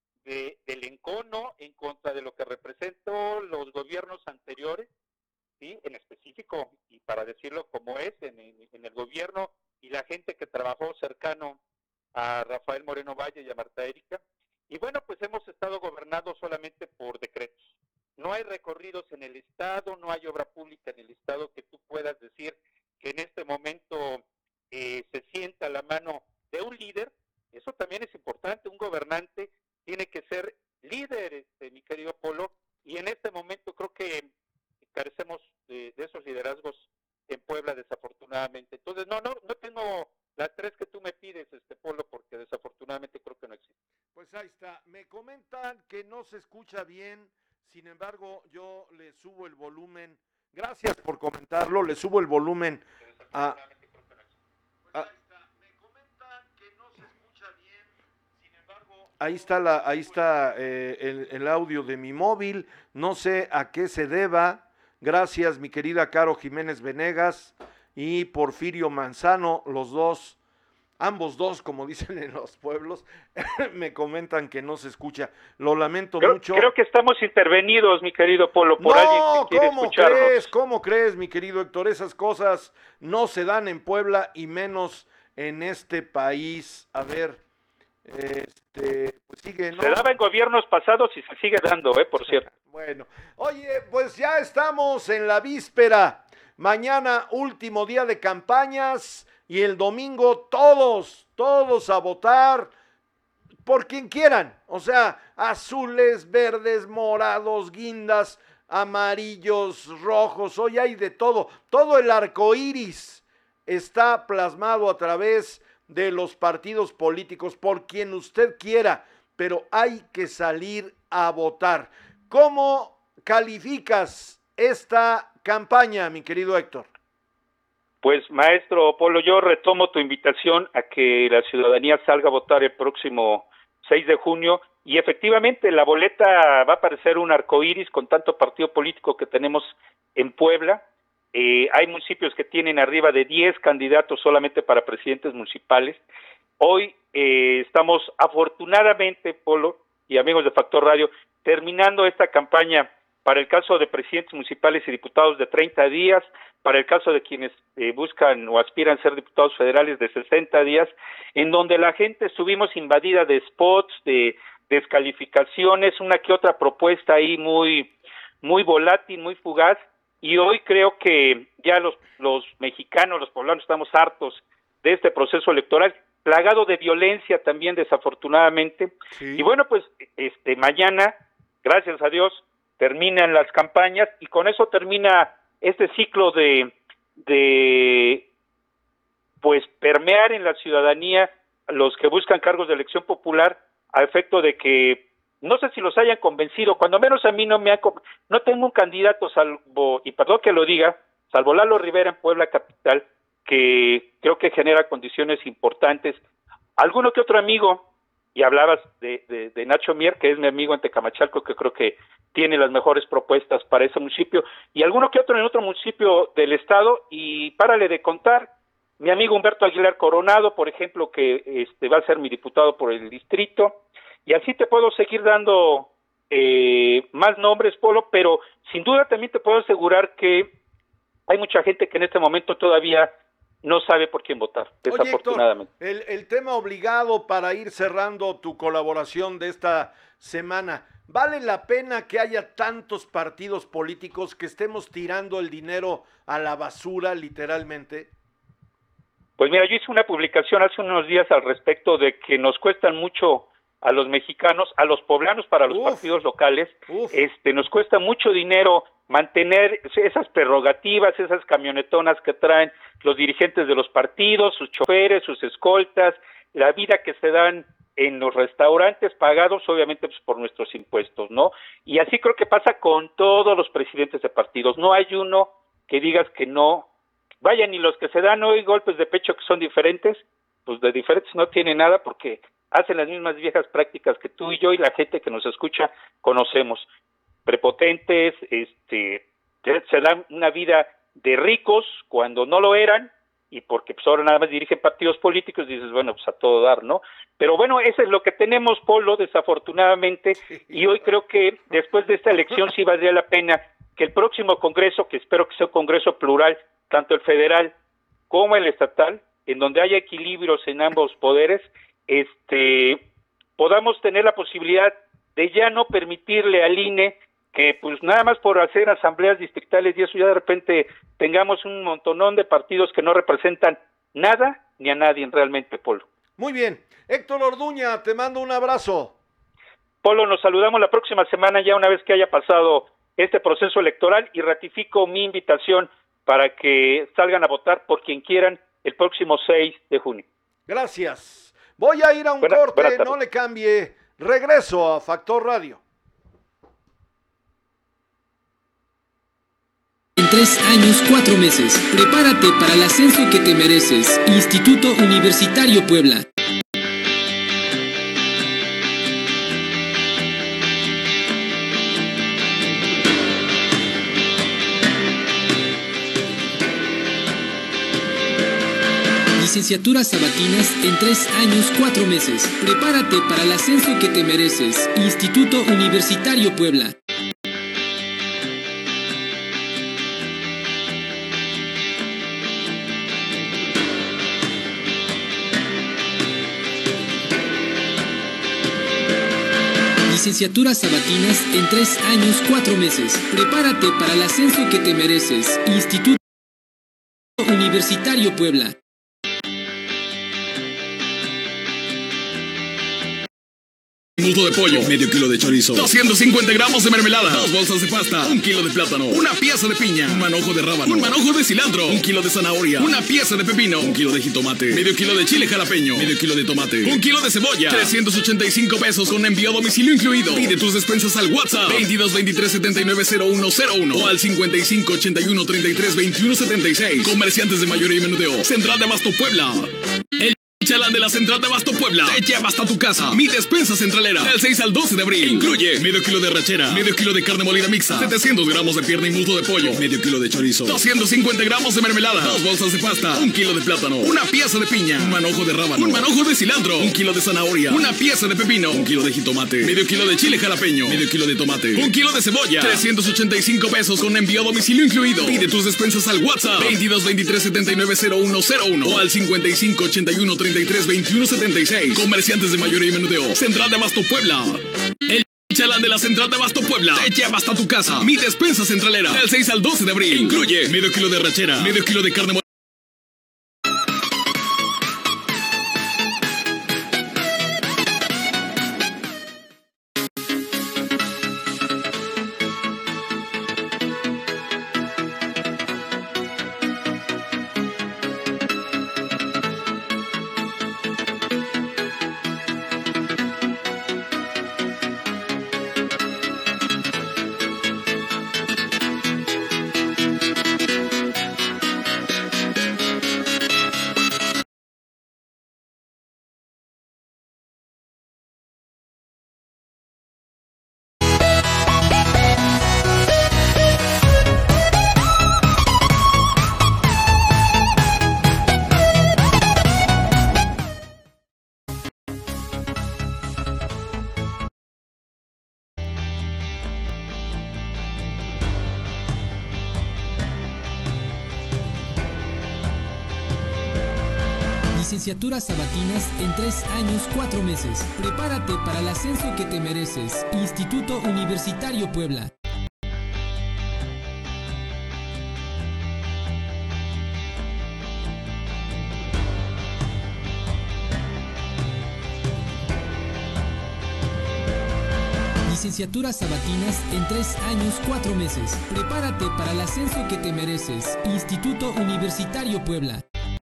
del encono en contra de lo que representó los gobiernos anteriores, ¿sí? En específico, y para decirlo como es, en el gobierno y la gente que trabajó cercano a Rafael Moreno Valle y a Marta Erika. Y bueno, pues hemos estado gobernados solamente por decretos. No hay recorridos en el Estado, no hay obra pública en el Estado que tú puedas decir que en este momento se sienta a la mano de un líder. Eso también es importante, un gobernante tiene que ser líder, mi querido Polo, y en este momento creo que carecemos de esos liderazgos en Puebla, desafortunadamente. Entonces, no tengo las 3 que tú me pides, Polo, porque desafortunadamente creo que no existe. Pues ahí está. Me comentan que no se escucha bien, sin embargo, yo le subo el volumen. Gracias por comentarlo, le subo el volumen a... Ahí está el audio de mi móvil, no sé a qué se deba. Gracias, mi querida Caro Jiménez Venegas y Porfirio Manzano, los dos ambos dos, como dicen en los pueblos, me comentan que no se escucha. Lo lamento mucho. Creo que estamos intervenidos, mi querido Polo, por alguien que quiere escucharnos. ¿Cómo crees, mi querido Héctor? Esas cosas no se dan en Puebla y menos en este país. A ver, pues sigue, ¿no? Se daba en gobiernos pasados y se sigue dando, por cierto. Bueno, oye, pues ya estamos en la víspera. Mañana último día de campañas y el domingo todos a votar por quien quieran. O sea, azules, verdes, morados, guindas, amarillos, rojos, hoy hay de todo. Todo el arco iris está plasmado a través de los partidos políticos, por quien usted quiera, pero hay que salir a votar. ¿Cómo calificas esta campaña, mi querido Héctor? Pues, maestro Polo, yo retomo tu invitación a que la ciudadanía salga a votar el próximo 6 de junio y efectivamente la boleta va a parecer un arcoíris con tanto partido político que tenemos en Puebla. Hay municipios que tienen arriba de 10 candidatos solamente para presidentes municipales. Hoy estamos afortunadamente, Polo y amigos de Factor Radio, terminando esta campaña para el caso de presidentes municipales y diputados de 30 días, para el caso de quienes buscan o aspiran a ser diputados federales de 60 días, en donde la gente estuvimos invadida de spots, de descalificaciones, una que otra propuesta ahí muy volátil, muy fugaz, y hoy creo que ya los mexicanos, los poblanos estamos hartos de este proceso electoral, plagado de violencia también desafortunadamente, sí. Y bueno, pues mañana, gracias a Dios, terminan las campañas y con eso termina este ciclo de pues permear en la ciudadanía los que buscan cargos de elección popular a efecto de que no sé si los hayan convencido, cuando menos a mí no tengo un candidato salvo, y perdón que lo diga, salvo Lalo Rivera en Puebla capital, que creo que genera condiciones importantes. Alguno que otro amigo, y hablabas de Nacho Mier, que es mi amigo en Tecamachalco, que creo que tiene las mejores propuestas para ese municipio, y alguno que otro en otro municipio del estado, y párale de contar, mi amigo Humberto Aguilar Coronado, por ejemplo, que va a ser mi diputado por el distrito, y así te puedo seguir dando más nombres, Polo, pero sin duda también te puedo asegurar que hay mucha gente que en este momento todavía no sabe por quién votar, desafortunadamente. Oye, Héctor, el tema obligado para ir cerrando tu colaboración de esta semana, ¿vale la pena que haya tantos partidos políticos que estemos tirando el dinero a la basura, literalmente? Pues mira, yo hice una publicación hace unos días al respecto de que nos cuestan mucho a los mexicanos, a los poblanos para los partidos locales, nos cuesta mucho dinero mantener esas prerrogativas, esas camionetonas que traen los dirigentes de los partidos, sus choferes, sus escoltas, la vida que se dan en los restaurantes pagados obviamente pues, por nuestros impuestos, ¿no? Y así creo que pasa con todos los presidentes de partidos, no hay uno que digas que no, vayan, y los que se dan hoy golpes de pecho que son diferentes, pues de diferentes no tiene nada porque hacen las mismas viejas prácticas que tú y yo y la gente que nos escucha conocemos. Prepotentes, se dan una vida de ricos cuando no lo eran, y porque pues ahora nada más dirigen partidos políticos, dices, bueno, pues a todo dar, ¿no? Pero bueno, eso es lo que tenemos, Polo, desafortunadamente, y hoy creo que después de esta elección sí valdría la pena que el próximo congreso, que espero que sea un congreso plural, tanto el federal como el estatal, en donde haya equilibrios en ambos poderes, podamos tener la posibilidad de ya no permitirle al INE que pues nada más por hacer asambleas distritales y eso ya de repente tengamos un montonón de partidos que no representan nada ni a nadie realmente, Polo. Muy bien. Héctor Orduña, te mando un abrazo. Polo, nos saludamos la próxima semana ya una vez que haya pasado este proceso electoral y ratifico mi invitación para que salgan a votar por quien quieran el próximo 6 de junio. Gracias. Voy a ir a un corte, no le cambie. Regreso a Factor Radio. En 3 años, 4 meses. Prepárate para el ascenso que te mereces. Instituto Universitario Puebla. Licenciaturas sabatinas en 3 años 4 meses. Prepárate para el ascenso que te mereces. Instituto Universitario Puebla. Licenciaturas sabatinas en 3 años 4 meses. Prepárate para el ascenso que te mereces. Instituto Universitario Puebla. Muslo de pollo, medio kilo de chorizo, 250 gramos de mermelada, 2 bolsas de pasta, 1 kilo de plátano, una pieza de piña, un manojo de rábano, un manojo de cilantro, 1 kilo de zanahoria, una pieza de pepino, 1 kilo de jitomate, medio kilo de chile jalapeño, medio kilo de tomate, 1 kilo de cebolla, 385 pesos con envío a domicilio incluido. Pide tus despensas al WhatsApp 22 23 79 0101 o al 55 81 33 21 76. Comerciantes de mayoría y menudeo. Central de Abasto Puebla. El Chalán de la Central de Abasto Puebla te lleva hasta tu casa. Mi despensa centralera del 6 al 12 de abril. Incluye medio kilo de rachera, medio kilo de carne molida mixta, 700 gramos de pierna y muslo de pollo, medio kilo de chorizo, 250 gramos de mermelada, 2 bolsas de pasta, 1 kilo de plátano, una pieza de piña, un manojo de rábano, un manojo de cilantro, 1 kilo de zanahoria, una pieza de pepino, 1 kilo de jitomate, medio kilo de chile jalapeño, medio kilo de tomate, 1 kilo de cebolla, 385 pesos con envío a domicilio incluido. Pide tus despensas al WhatsApp 22 23 79 0101 o al 55 81 33 21 76. Comerciantes de mayoría y menudeo. Central de Abasto Puebla. El Chalán de la Central de Abasto Puebla te lleva hasta tu casa. Mi despensa centralera del 6 al 12 de abril. Incluye medio kilo de rachera, medio kilo de carne molida. Licenciaturas sabatinas en 3 años 4 meses. Prepárate para el ascenso que te mereces. Instituto Universitario Puebla. Licenciaturas sabatinas en 3 años 4 meses. Prepárate para el ascenso que te mereces. Instituto Universitario Puebla.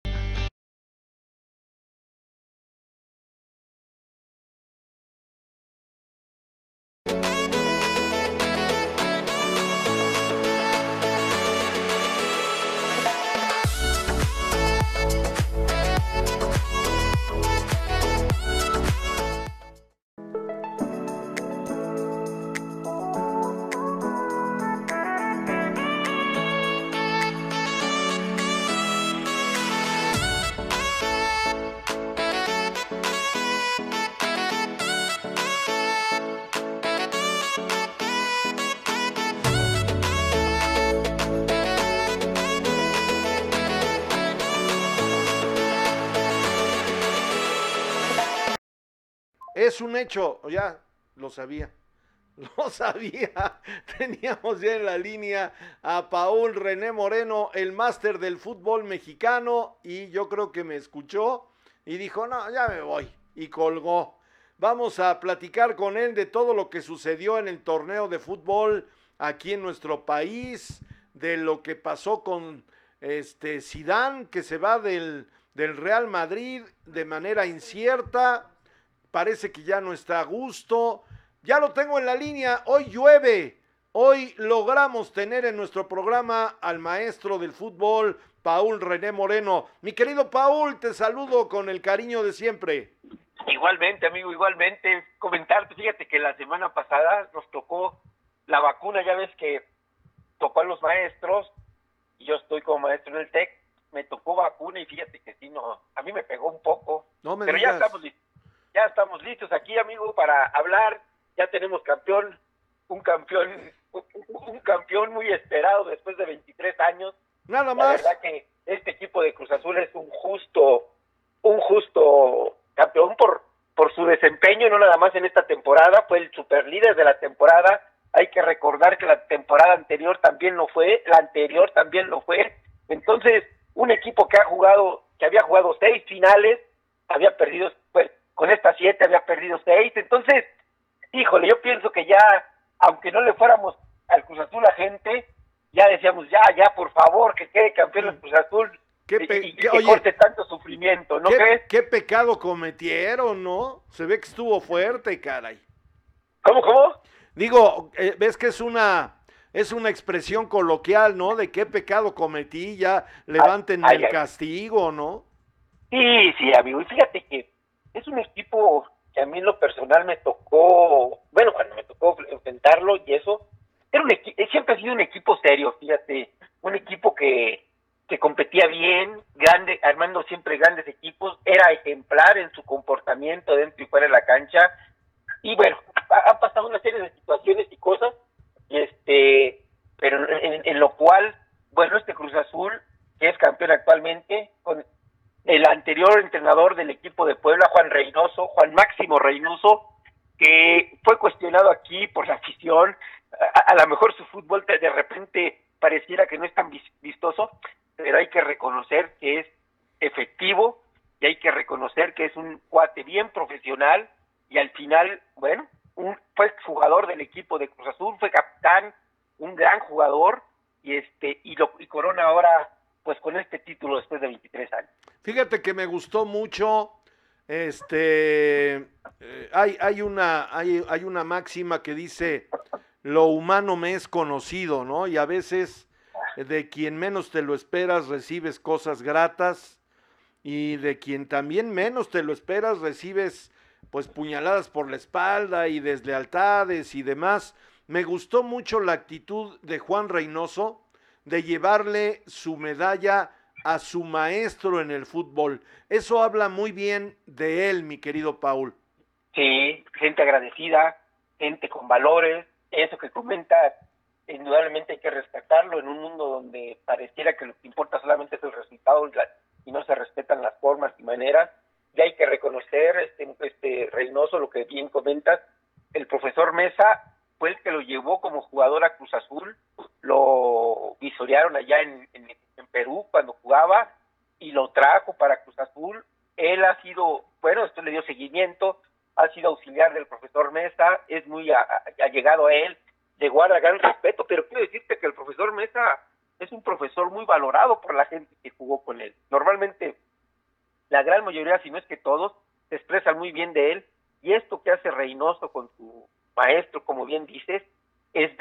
Es un hecho, ya lo sabía, teníamos ya en la línea a Paul René Moreno, el máster del fútbol mexicano, y yo creo que me escuchó y dijo, no, ya me voy, y colgó. Vamos a platicar con él de todo lo que sucedió en el torneo de fútbol aquí en nuestro país, de lo que pasó con Zidane, que se va del Real Madrid de manera incierta. Parece que ya no está a gusto. Ya lo tengo en la línea. Hoy llueve. Hoy logramos tener en nuestro programa al maestro del fútbol, Paul René Moreno. Mi querido Paul, te saludo con el cariño de siempre. Igualmente, amigo, igualmente. Comentarte, fíjate que la semana pasada nos tocó la vacuna. Ya ves que tocó a los maestros. Y yo estoy como maestro en el TEC. me tocó vacuna y fíjate que sí, no, a mí me pegó un poco. No me pero digas. ya estamos listos aquí, amigo, para hablar. Ya tenemos campeón, un campeón muy esperado después de 23 años. Nada más. La verdad que este equipo de Cruz Azul es un justo campeón por su desempeño, no nada más en esta temporada, fue el superlíder de la temporada. Hay que recordar que la temporada anterior también lo fue, la anterior también lo fue. Entonces, un equipo que había jugado 6 finales, había perdido, pues, con estas 7 había perdido 6. Entonces, híjole, yo pienso que ya, aunque no le fuéramos al Cruz Azul a gente, ya decíamos, ya, por favor, que quede campeón el Cruz Azul y que corte tanto sufrimiento, ¿no crees? ¿Qué pecado cometieron, no? Se ve que estuvo fuerte, caray. ¿Cómo? Digo, ves que es una expresión coloquial, ¿no? De qué pecado cometí, ya levanten el castigo, ¿no? Sí, amigo, y fíjate que es un equipo que a mí en lo personal me tocó, bueno, cuando me tocó enfrentarlo y eso, siempre ha sido un equipo serio, fíjate, un equipo que competía bien, grande, armando siempre grandes equipos, era ejemplar en su comportamiento dentro y fuera de la cancha, y bueno, han pasado una serie de situaciones y cosas, pero en lo cual, bueno, este Cruz Azul, que es campeón actualmente, con el anterior entrenador del equipo de Puebla, Juan Máximo Reynoso, que fue cuestionado aquí por la afición, a lo mejor su fútbol de repente pareciera que no es tan vistoso, pero hay que reconocer que es efectivo y hay que reconocer que es un cuate bien profesional y al final, bueno, fue jugador del equipo de Cruz Azul, fue capitán, un gran jugador y corona ahora pues con este título después de 23 años. Fíjate que me gustó mucho, hay una máxima que dice, lo humano me es conocido, ¿no? Y a veces de quien menos te lo esperas recibes cosas gratas y de quien también menos te lo esperas recibes pues puñaladas por la espalda y deslealtades y demás. Me gustó mucho la actitud de Juan Reynoso de llevarle su medalla a su maestro en el fútbol. Eso habla muy bien de él, mi querido Paul. Sí, gente agradecida, gente con valores, eso que comentas, indudablemente hay que rescatarlo en un mundo donde pareciera que lo que importa solamente es el resultado y no se respetan las formas y maneras. Y hay que reconocer, Reynoso, lo que bien comentas, el profesor Mesa fue el que lo llevó como jugador a Cruz Azul, lo visorearon allá en Perú cuando jugaba y lo trajo para Cruz Azul. Él ha sido, bueno, esto le dio seguimiento, ha sido auxiliar del profesor Mesa, es muy allegado a él, le guarda gran respeto, pero quiero decirte que el profesor Mesa es un profesor muy valorado por la gente que jugó con él. Normalmente la gran mayoría, si no es que todos, se expresan muy bien de él, y esto que hace Reynoso con su maestro, como bien dices, es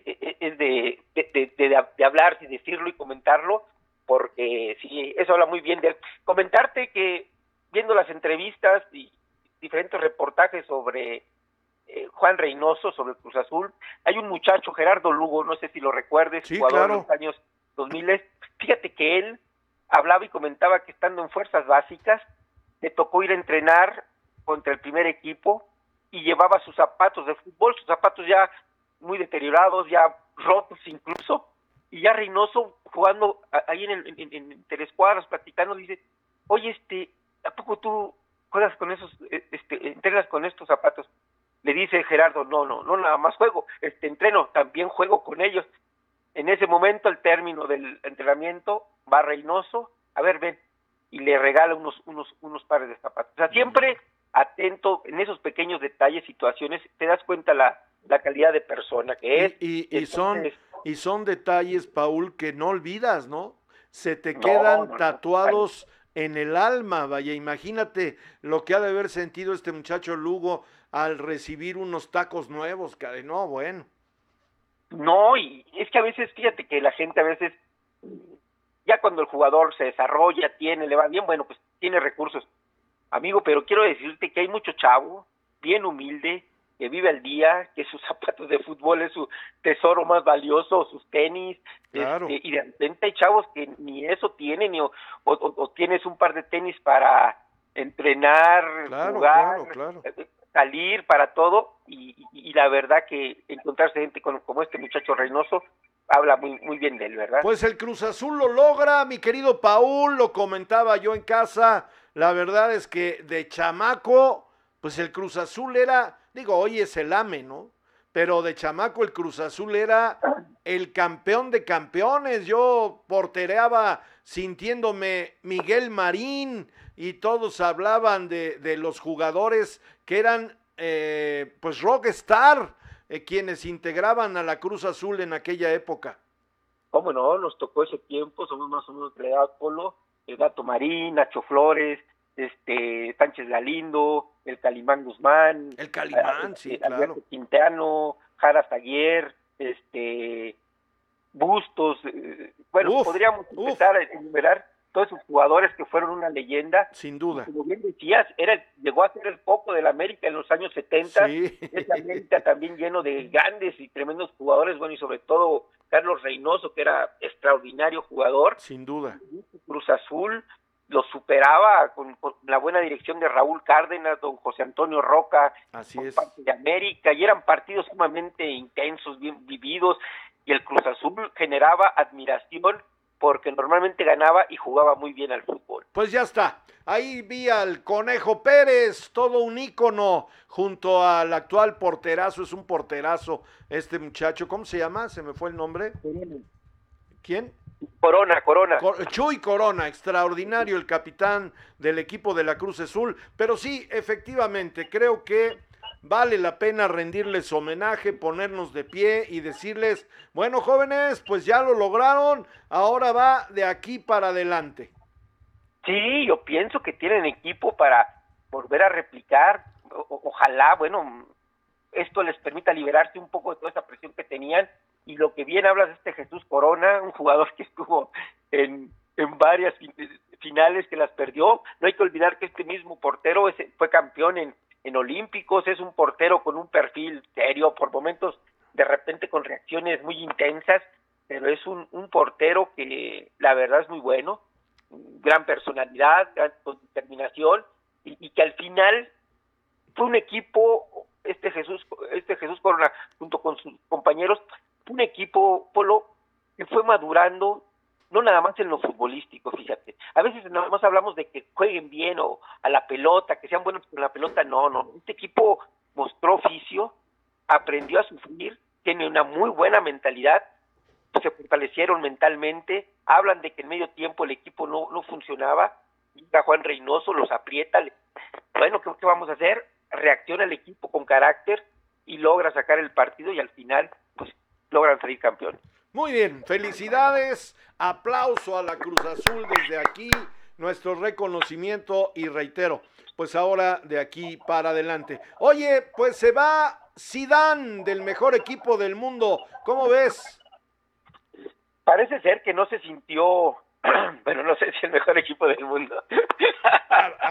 de hablar y decirlo y comentarlo, porque sí, eso habla muy bien de él. Comentarte que viendo las entrevistas y diferentes reportajes sobre Juan Reynoso, sobre Cruz Azul, hay un muchacho, Gerardo Lugo, no sé si lo recuerdes, sí, jugador claro, de los años 2000, fíjate que él hablaba y comentaba que estando en fuerzas básicas, le tocó ir a entrenar contra el primer equipo y llevaba sus zapatos de fútbol, sus zapatos ya muy deteriorados, ya rotos incluso, y ya Reynoso jugando ahí en interescuadras, platicando, dice, oye, ¿a poco tú juegas con esos, entrenas con estos zapatos? Le dice Gerardo, no nada más juego, entreno, también juego con ellos. En ese momento, al término del entrenamiento, va Reynoso, a ver, ven, y le regala unos pares de zapatos. O sea, siempre atento en esos pequeños detalles, situaciones, te das cuenta la calidad de persona que es. Y son detalles, Paul, que no olvidas, ¿no? Se te quedan tatuados en el alma, vaya, imagínate lo que ha de haber sentido este muchacho Lugo al recibir unos tacos nuevos, caray, no, bueno. No, y es que a veces, fíjate que la gente a veces, ya cuando el jugador se desarrolla, le va bien, bueno, pues tiene recursos, amigo, pero quiero decirte que hay mucho chavo, bien humilde, vive al día, que sus zapatos de fútbol es su tesoro más valioso, sus tenis, claro. Y de repente hay chavos que ni eso tienen, o tienes un par de tenis para entrenar, jugar, claro. Salir, para todo, y la verdad que encontrarse gente como este muchacho Reynoso habla muy bien de él, ¿verdad? Pues el Cruz Azul lo logra, mi querido Paul, lo comentaba yo en casa, la verdad es que de chamaco, pues el Cruz Azul era, hoy es el AME, ¿no? Pero de chamaco el Cruz Azul era el campeón de campeones, yo portereaba sintiéndome Miguel Marín y todos hablaban de los jugadores que eran pues rockstar, quienes integraban a la Cruz Azul en aquella época. ¿Cómo no? Nos tocó ese tiempo, somos más o menos de la edad, Polo, el Gato Marín, Nacho Flores, Sánchez Galindo, el Calimán Guzmán, el Calimán, sí, claro, Alberto Quintano, Jara Zaguer, Bustos, podríamos empezar a enumerar todos esos jugadores que fueron una leyenda. Sin duda. Como bien decías, llegó a ser el foco del América en los años 70, sí. Ese América también lleno de grandes y tremendos jugadores, y sobre todo Carlos Reynoso, que era extraordinario jugador. Sin duda. Cruz Azul lo superaba con la buena dirección de Raúl Cárdenas, don José Antonio Roca, así es, parte de América, y eran partidos sumamente intensos, bien vividos, y el Cruz Azul generaba admiración porque normalmente ganaba y jugaba muy bien al fútbol. Pues ya está, ahí vi al Conejo Pérez, todo un ícono, junto al actual porterazo, es un porterazo este muchacho, ¿cómo se llama? ¿Se me fue el nombre? ¿Quién? Corona. Chuy Corona, extraordinario el capitán del equipo de la Cruz Azul, pero sí, efectivamente, creo que vale la pena rendirles homenaje, ponernos de pie y decirles, bueno, jóvenes, pues ya lo lograron, ahora va de aquí para adelante. Sí, yo pienso que tienen equipo para volver a replicar, ojalá, esto les permita liberarse un poco de toda esa presión que tenían. Y lo que bien hablas de este Jesús Corona, un jugador que estuvo en varias finales que las perdió. No hay que olvidar que este mismo portero fue campeón en Olímpicos, es un portero con un perfil serio, por momentos de repente con reacciones muy intensas, pero es un portero que la verdad es muy bueno, gran personalidad, con determinación, y que al final fue un equipo, este Jesús Corona, junto con sus compañeros, un equipo, Polo, que fue madurando, no nada más en lo futbolístico, fíjate. A veces nada más hablamos de que jueguen bien o a la pelota, que sean buenos con la pelota, no. Este equipo mostró oficio, aprendió a sufrir, tiene una muy buena mentalidad, se fortalecieron mentalmente, hablan de que en medio tiempo el equipo no funcionaba, llega Juan Reynoso, los aprieta, ¿qué vamos a hacer? Reacciona el equipo con carácter y logra sacar el partido y al final, pues, logran salir campeón. Muy bien, felicidades, aplauso a la Cruz Azul desde aquí, nuestro reconocimiento y reitero, pues ahora de aquí para adelante. Oye, pues se va Zidane del mejor equipo del mundo, ¿cómo ves? Parece ser que no se sintió, no sé si el mejor equipo del mundo. A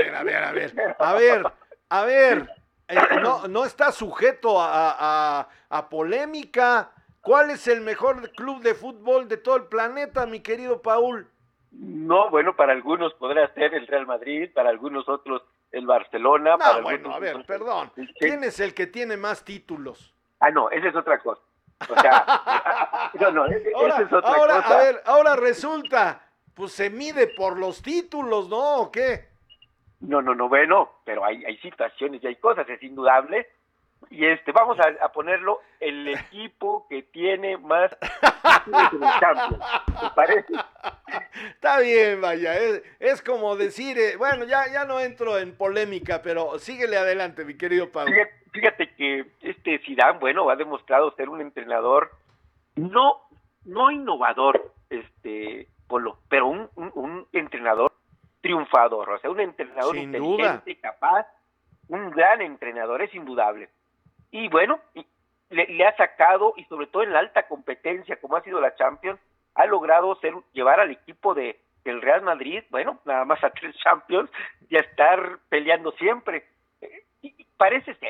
ver, no está sujeto a polémica. ¿Cuál es el mejor club de fútbol de todo el planeta, mi querido Paul? No, para algunos podrá ser el Real Madrid, para algunos otros el Barcelona. Perdón. ¿Quién es el que tiene más títulos? No, esa es otra cosa. O sea, esa es otra cosa. A ver, ahora resulta, pues se mide por los títulos, ¿no? ¿O qué? No, pero hay situaciones y hay cosas, es indudable. Y vamos a ponerlo, el equipo que tiene más títulos en el Champions, ¿te parece? Está bien, vaya, es como decir, ya no entro en polémica, pero síguele adelante, mi querido Pablo. Fíjate que Zidane, ha demostrado ser un entrenador no innovador, Polo, pero un entrenador triunfador, o sea, un entrenador sin inteligente, duda, capaz, un gran entrenador, es indudable. Y le ha sacado, y sobre todo en la alta competencia, como ha sido la Champions, ha logrado llevar al equipo del Real Madrid, nada más a 3 Champions, y a estar peleando siempre. Y parece ser,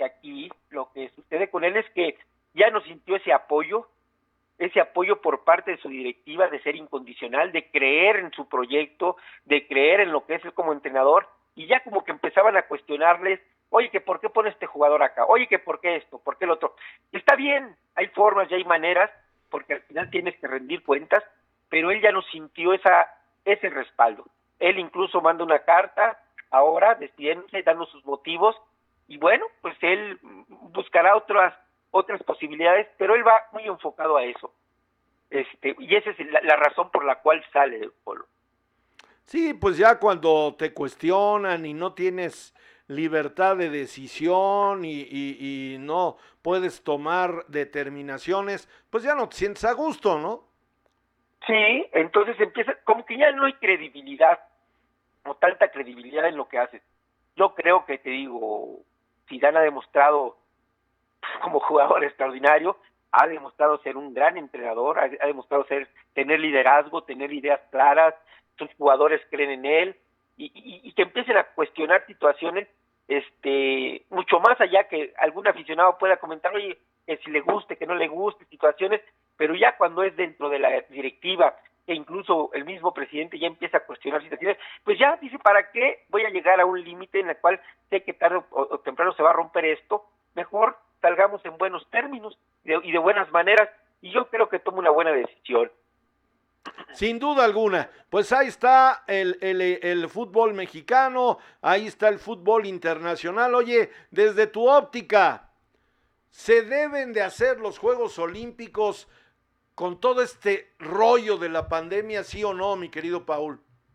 que aquí lo que sucede con él es que ya no sintió ese apoyo por parte de su directiva, de ser incondicional, de creer en su proyecto, de creer en lo que es él como entrenador, y ya como que empezaban a cuestionarles, oye, que por qué pone este jugador acá, oye, que por qué esto, por qué el otro. Está bien, hay formas y hay maneras, porque al final tienes que rendir cuentas, pero él ya no sintió ese respaldo. Él incluso manda una carta ahora despidiéndose, dando sus motivos, y bueno, pues él buscará otras posibilidades, pero él va muy enfocado a eso. Y esa es la razón por la cual sale del Polo. Sí, pues ya cuando te cuestionan y no tienes libertad de decisión y no puedes tomar determinaciones, pues ya no te sientes a gusto, ¿no? Sí, entonces empieza, como que ya no hay credibilidad, o tanta credibilidad en lo que haces. Yo creo que, te digo, Zidane ha demostrado como jugador extraordinario, ha demostrado ser un gran entrenador, ha demostrado tener liderazgo, tener ideas claras, sus jugadores creen en él, y que empiecen a cuestionar situaciones, mucho más allá que algún aficionado pueda comentar, oye, que si le guste, que no le guste, situaciones, pero ya cuando es dentro de la directiva, e incluso el mismo presidente ya empieza a cuestionar situaciones, pues ya dice, ¿para qué voy a llegar a un límite en el cual sé que tarde o temprano se va a romper esto? Mejor salgamos en buenos términos y de buenas maneras, y yo creo que toma una buena decisión. Sin duda alguna, pues ahí está el fútbol mexicano, ahí está el fútbol internacional. Oye, desde tu óptica, ¿se deben de hacer los Juegos Olímpicos con todo este rollo de la pandemia, sí o no, mi querido Paul?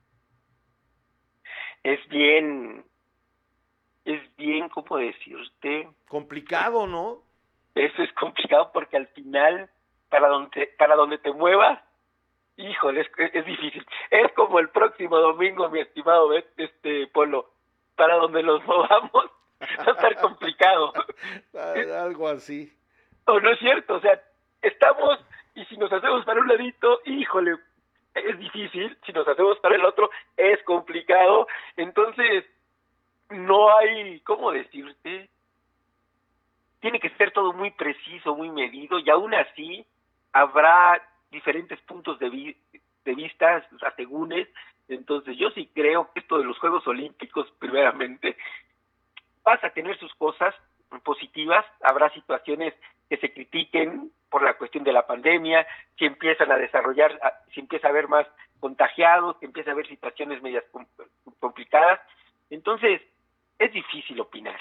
Es bien, ¿cómo decirte? Complicado, ¿no? Eso es complicado porque al final, para donde te muevas, híjole, es difícil. Es como el próximo domingo, mi estimado Polo, para donde los movamos, va a estar complicado. Algo así. ¿O no es cierto? O sea, estamos, y si nos hacemos para un ladito, híjole, es difícil. Si nos hacemos para el otro, es complicado. Entonces, no hay, ¿cómo decirte? Tiene que ser todo muy preciso, muy medido, y aún así habrá diferentes puntos de vista, asegúnes. Entonces yo sí creo que esto de los Juegos Olímpicos, primeramente, vas a tener sus cosas positivas, habrá situaciones que se critiquen por la cuestión de la pandemia, que empiezan a desarrollar, si empieza a haber más contagiados, que empieza a haber situaciones medias complicadas. Entonces es difícil opinar.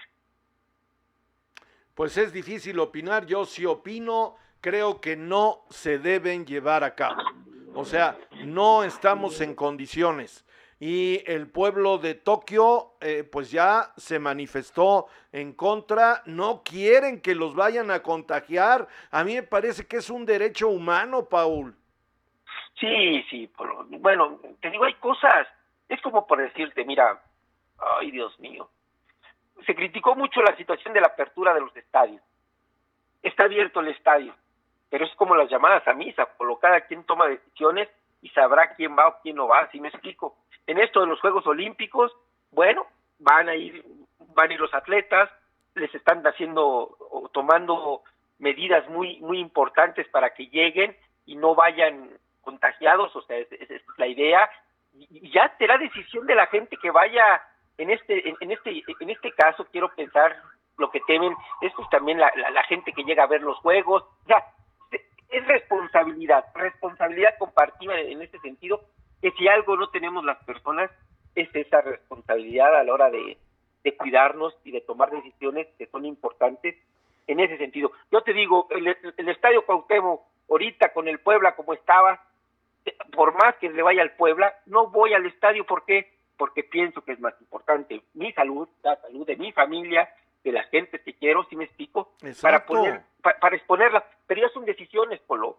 Pues es difícil opinar, yo sí opino. Creo que no se deben llevar a cabo. O sea, no estamos en condiciones. Y el pueblo de Tokio, pues ya se manifestó en contra. No quieren que los vayan a contagiar. A mí me parece que es un derecho humano, Paul. Sí, bueno, te digo, hay cosas. Es como por decirte, mira, ay, Dios mío. Se criticó mucho la situación de la apertura de los estadios. Está abierto el estadio, pero es como las llamadas a misa, por lo cada quien toma decisiones y sabrá quién va o quién no va, ¿sí me explico? En esto de los Juegos Olímpicos, bueno, van a ir los atletas, les están haciendo o tomando medidas muy muy importantes para que lleguen y no vayan contagiados, o sea, esa es la idea, y ya será decisión de la gente que vaya. En este caso quiero pensar, lo que temen es pues también la gente que llega a ver los juegos. Ya es responsabilidad compartida en este sentido, que si algo no tenemos las personas es esa responsabilidad a la hora de cuidarnos y de tomar decisiones que son importantes en ese sentido. Yo te digo, el Estadio Cuauhtémoc ahorita con el Puebla como estaba, por más que le vaya al Puebla, no voy al estadio. ¿Por qué? Porque pienso que es más importante mi salud, la salud de mi familia, de la gente que quiero, ¿sí me explico? Exacto. Para exponerla, pero ya son decisiones, Polo.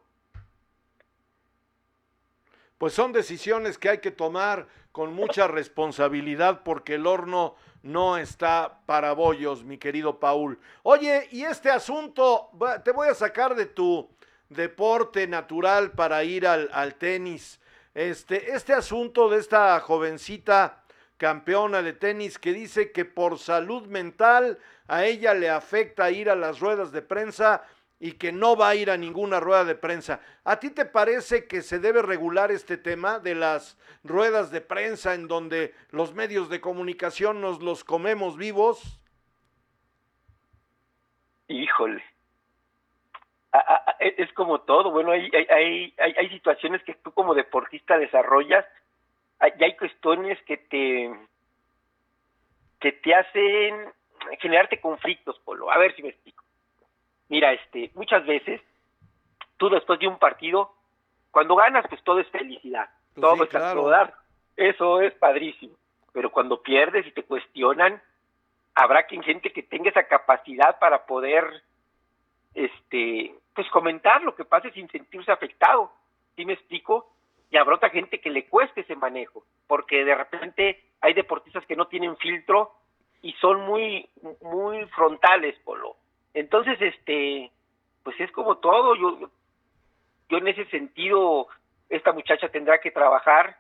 Pues son decisiones que hay que tomar con mucha responsabilidad porque el horno no está para bollos, mi querido Paul. Oye, y este asunto, te voy a sacar de tu deporte natural para ir al tenis. Este asunto de esta jovencita campeona de tenis, que dice que por salud mental a ella le afecta ir a las ruedas de prensa y que no va a ir a ninguna rueda de prensa. ¿A ti te parece que se debe regular este tema de las ruedas de prensa en donde los medios de comunicación nos los comemos vivos? Híjole. Es como todo, bueno, hay situaciones que tú como deportista desarrollas, y hay cuestiones que te hacen generarte conflictos, Polo. A ver si me explico. Mira, muchas veces, tú después de un partido, cuando ganas, pues todo es felicidad, pues todo es claro. Eso es padrísimo, pero cuando pierdes y te cuestionan, habrá gente que tenga esa capacidad para poder, pues comentar lo que pase sin sentirse afectado, ¿sí me explico? Y habrá otra gente que le cueste ese manejo, porque de repente hay deportistas que no tienen filtro y son muy, muy frontales, Polo. Entonces, pues es como todo. Yo en ese sentido, esta muchacha tendrá que trabajar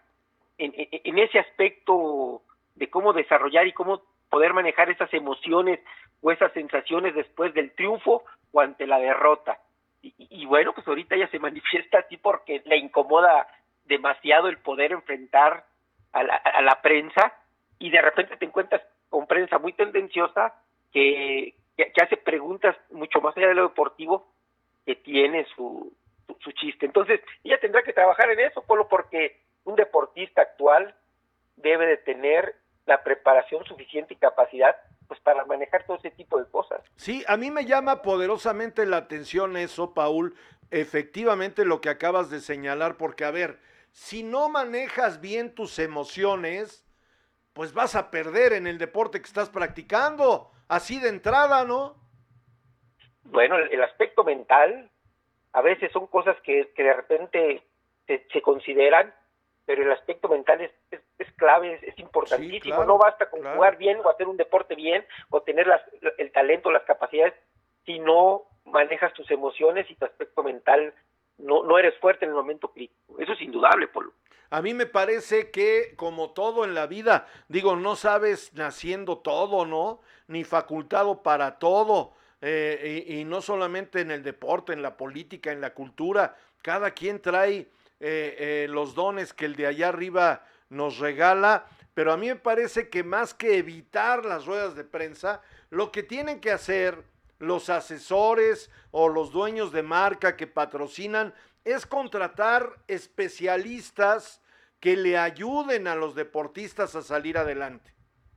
en ese aspecto de cómo desarrollar y cómo poder manejar esas emociones o esas sensaciones después del triunfo o ante la derrota. Y bueno, pues ahorita ella se manifiesta así porque le incomoda demasiado el poder enfrentar a la prensa, y de repente te encuentras con prensa muy tendenciosa que hace preguntas mucho más allá de lo deportivo, que tiene su chiste. Entonces, ella tendrá que trabajar en eso, Polo, porque un deportista actual debe de tener la preparación suficiente y capacidad pues para manejar todo ese tipo de cosas. Sí, a mí me llama poderosamente la atención eso, Paul, efectivamente lo que acabas de señalar, porque a ver, si no manejas bien tus emociones, pues vas a perder en el deporte que estás practicando, así de entrada, ¿no? Bueno, el aspecto mental, a veces son cosas que de repente se consideran, pero el aspecto mental es clave, es importantísimo. Sí, claro, no basta con jugar bien o hacer un deporte bien o tener el talento, las capacidades, si no manejas tus emociones y tu aspecto mental, no eres fuerte en el momento crítico. Eso es indudable, Polo. A mí me parece que, como todo en la vida, digo, no sabes naciendo todo, ¿no? Ni facultado para todo, y no solamente en el deporte, en la política, en la cultura. Cada quien trae los dones que el de allá arriba nos regala, pero a mí me parece que más que evitar las ruedas de prensa, lo que tienen que hacer los asesores o los dueños de marca que patrocinan es contratar especialistas que le ayuden a los deportistas a salir adelante.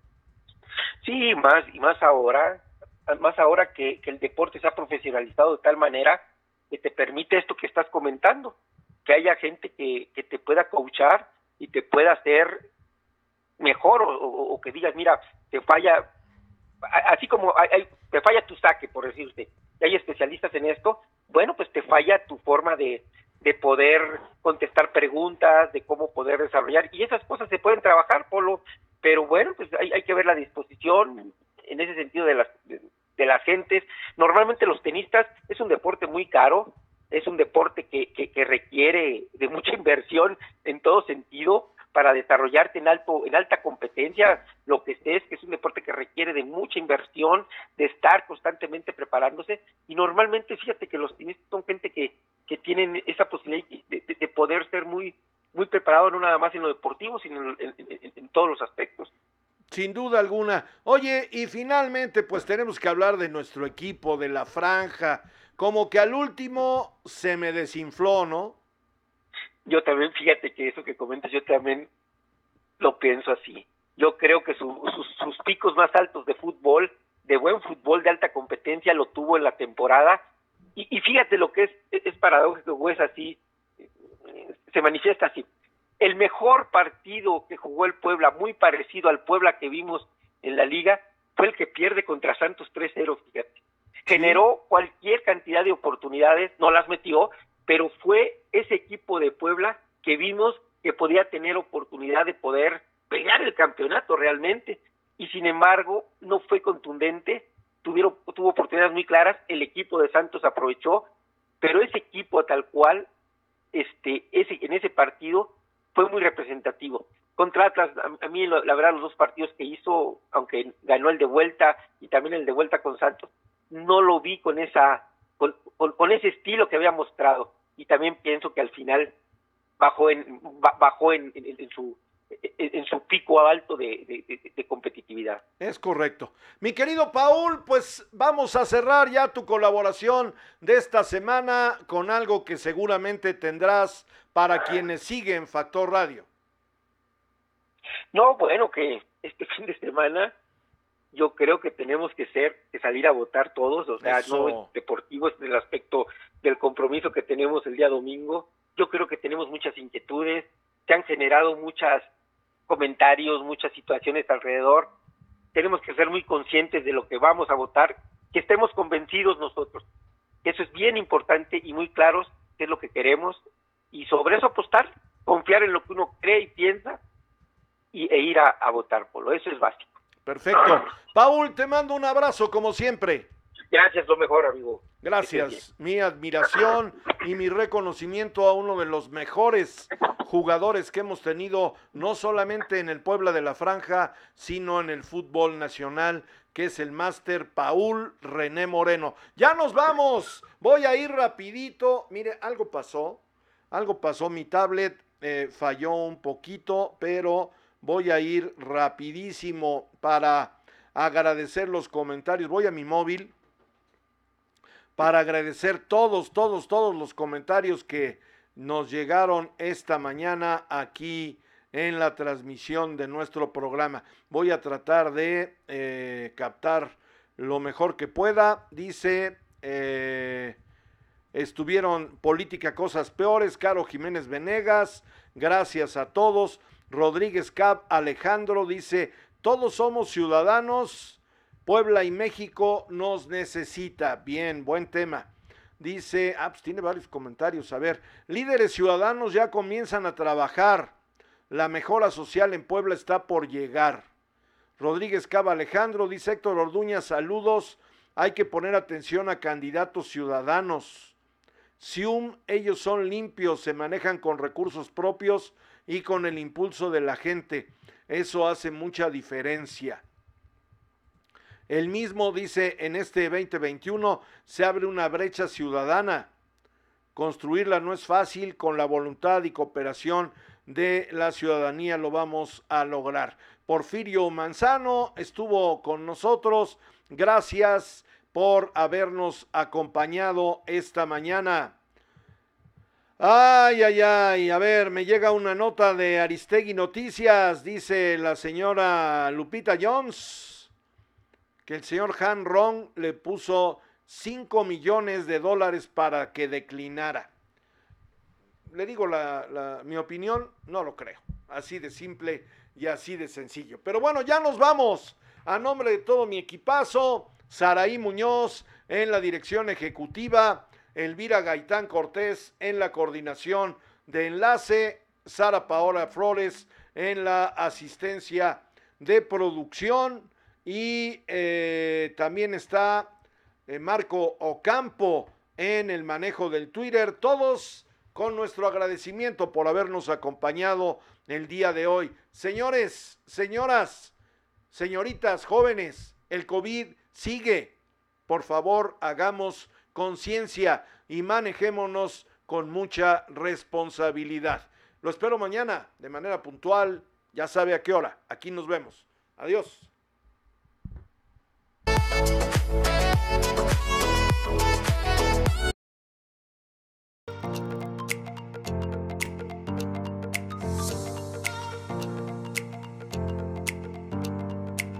Sí, más ahora que el deporte se ha profesionalizado de tal manera que te permite esto que estás comentando, que haya gente que te pueda coachar y te pueda hacer mejor, o que digas, mira, te falla, así como te falla tu saque, por decirte, y hay especialistas en esto, bueno, pues te falla tu forma de poder contestar preguntas, de cómo poder desarrollar, y esas cosas se pueden trabajar, Polo, pero bueno, pues hay que ver la disposición en ese sentido de las gentes. Normalmente los tenistas es un deporte muy caro, es un deporte que requiere de mucha inversión en todo sentido para desarrollarte en alta competencia, lo que es que es un deporte que requiere de mucha inversión, de estar constantemente preparándose, y normalmente fíjate que los tenistas son gente que tienen esa posibilidad de poder ser muy, muy preparado, no nada más en lo deportivo, sino en todos los aspectos. Sin duda alguna. Oye, y finalmente pues tenemos que hablar de nuestro equipo, de la franja, como que al último se me desinfló, ¿no? Yo también, fíjate que eso que comentas, yo también lo pienso así. Yo creo que sus picos más altos de fútbol, de buen fútbol, de alta competencia, lo tuvo en la temporada. Y fíjate lo que es paradójico, o es así, se manifiesta así. El mejor partido que jugó el Puebla, muy parecido al Puebla que vimos en la liga, fue el que pierde contra Santos 3-0, fíjate. Generó cualquier cantidad de oportunidades, no las metió, pero fue ese equipo de Puebla que vimos que podía tener oportunidad de poder pelear el campeonato realmente, y sin embargo no fue contundente, tuvo oportunidades muy claras, el equipo de Santos aprovechó, pero ese equipo tal cual, en ese partido fue muy representativo. contra Atlas, a mí la verdad los dos partidos que hizo, aunque ganó el de vuelta y también el de vuelta con Santos, no lo vi con ese estilo que había mostrado, y también pienso que al final bajó en su pico alto de competitividad. Es correcto. Mi querido Paul, pues vamos a cerrar ya tu colaboración de esta semana con algo que seguramente tendrás para quienes siguen Factor Radio. No, bueno, que este fin de semana yo creo que tenemos que salir a votar todos, o sea, Eso. no es deportivo, es el aspecto del compromiso que tenemos el día domingo. Yo creo que tenemos muchas inquietudes, se han generado muchos comentarios, muchas situaciones alrededor. Tenemos que ser muy conscientes de lo que vamos a votar, que estemos convencidos nosotros. Eso es bien importante y muy claros qué es lo que queremos, y sobre eso apostar, confiar en lo que uno cree y piensa, e ir a votar, Polo. Eso es básico. Perfecto. Paul, te mando un abrazo como siempre. Gracias, lo mejor, amigo. Gracias. Mi admiración y mi reconocimiento a uno de los mejores jugadores que hemos tenido, no solamente en el Puebla de la Franja, sino en el fútbol nacional, que es el máster Paul René Moreno. Ya nos vamos. Voy a ir rapidito. Mire, algo pasó, mi tablet falló un poquito, pero voy a ir rapidísimo para agradecer los comentarios. Voy a mi móvil para agradecer todos los comentarios que nos llegaron esta mañana aquí en la transmisión de nuestro programa. Voy a tratar de captar lo mejor que pueda. Dice, estuvieron política cosas peores, Caro Jiménez Venegas, gracias a todos. Rodríguez Cab Alejandro dice, todos somos ciudadanos, Puebla y México nos necesita. Bien, buen tema. Dice, pues tiene varios comentarios. A ver, líderes ciudadanos ya comienzan a trabajar. La mejora social en Puebla está por llegar. Rodríguez Caba Alejandro, dice Héctor Orduña, saludos. Hay que poner atención a candidatos ciudadanos. SIUM, ellos son limpios, se manejan con recursos propios y con el impulso de la gente. Eso hace mucha diferencia. El mismo dice, en este 2021 se abre una brecha ciudadana. Construirla no es fácil, con la voluntad y cooperación de la ciudadanía lo vamos a lograr. Porfirio Manzano estuvo con nosotros. Gracias por habernos acompañado esta mañana. Ay, a ver, me llega una nota de Aristegui Noticias, dice la señora Lupita Jones, que el señor Han Rong le puso $5 millones para que declinara. Le digo mi opinión, no lo creo, así de simple y así de sencillo. Pero bueno, ya nos vamos. A nombre de todo mi equipazo, Saraí Muñoz en la dirección ejecutiva, Elvira Gaitán Cortés en la coordinación de enlace, Sara Paola Flores en la asistencia de producción y también está Marco Ocampo en el manejo del Twitter. Todos con nuestro agradecimiento por habernos acompañado el día de hoy. Señores, señoras, señoritas, jóvenes, el COVID sigue. Por favor, hagamos conciencia y manejémonos con mucha responsabilidad. Lo espero mañana de manera puntual, ya sabe a qué hora. Aquí nos vemos. Adiós.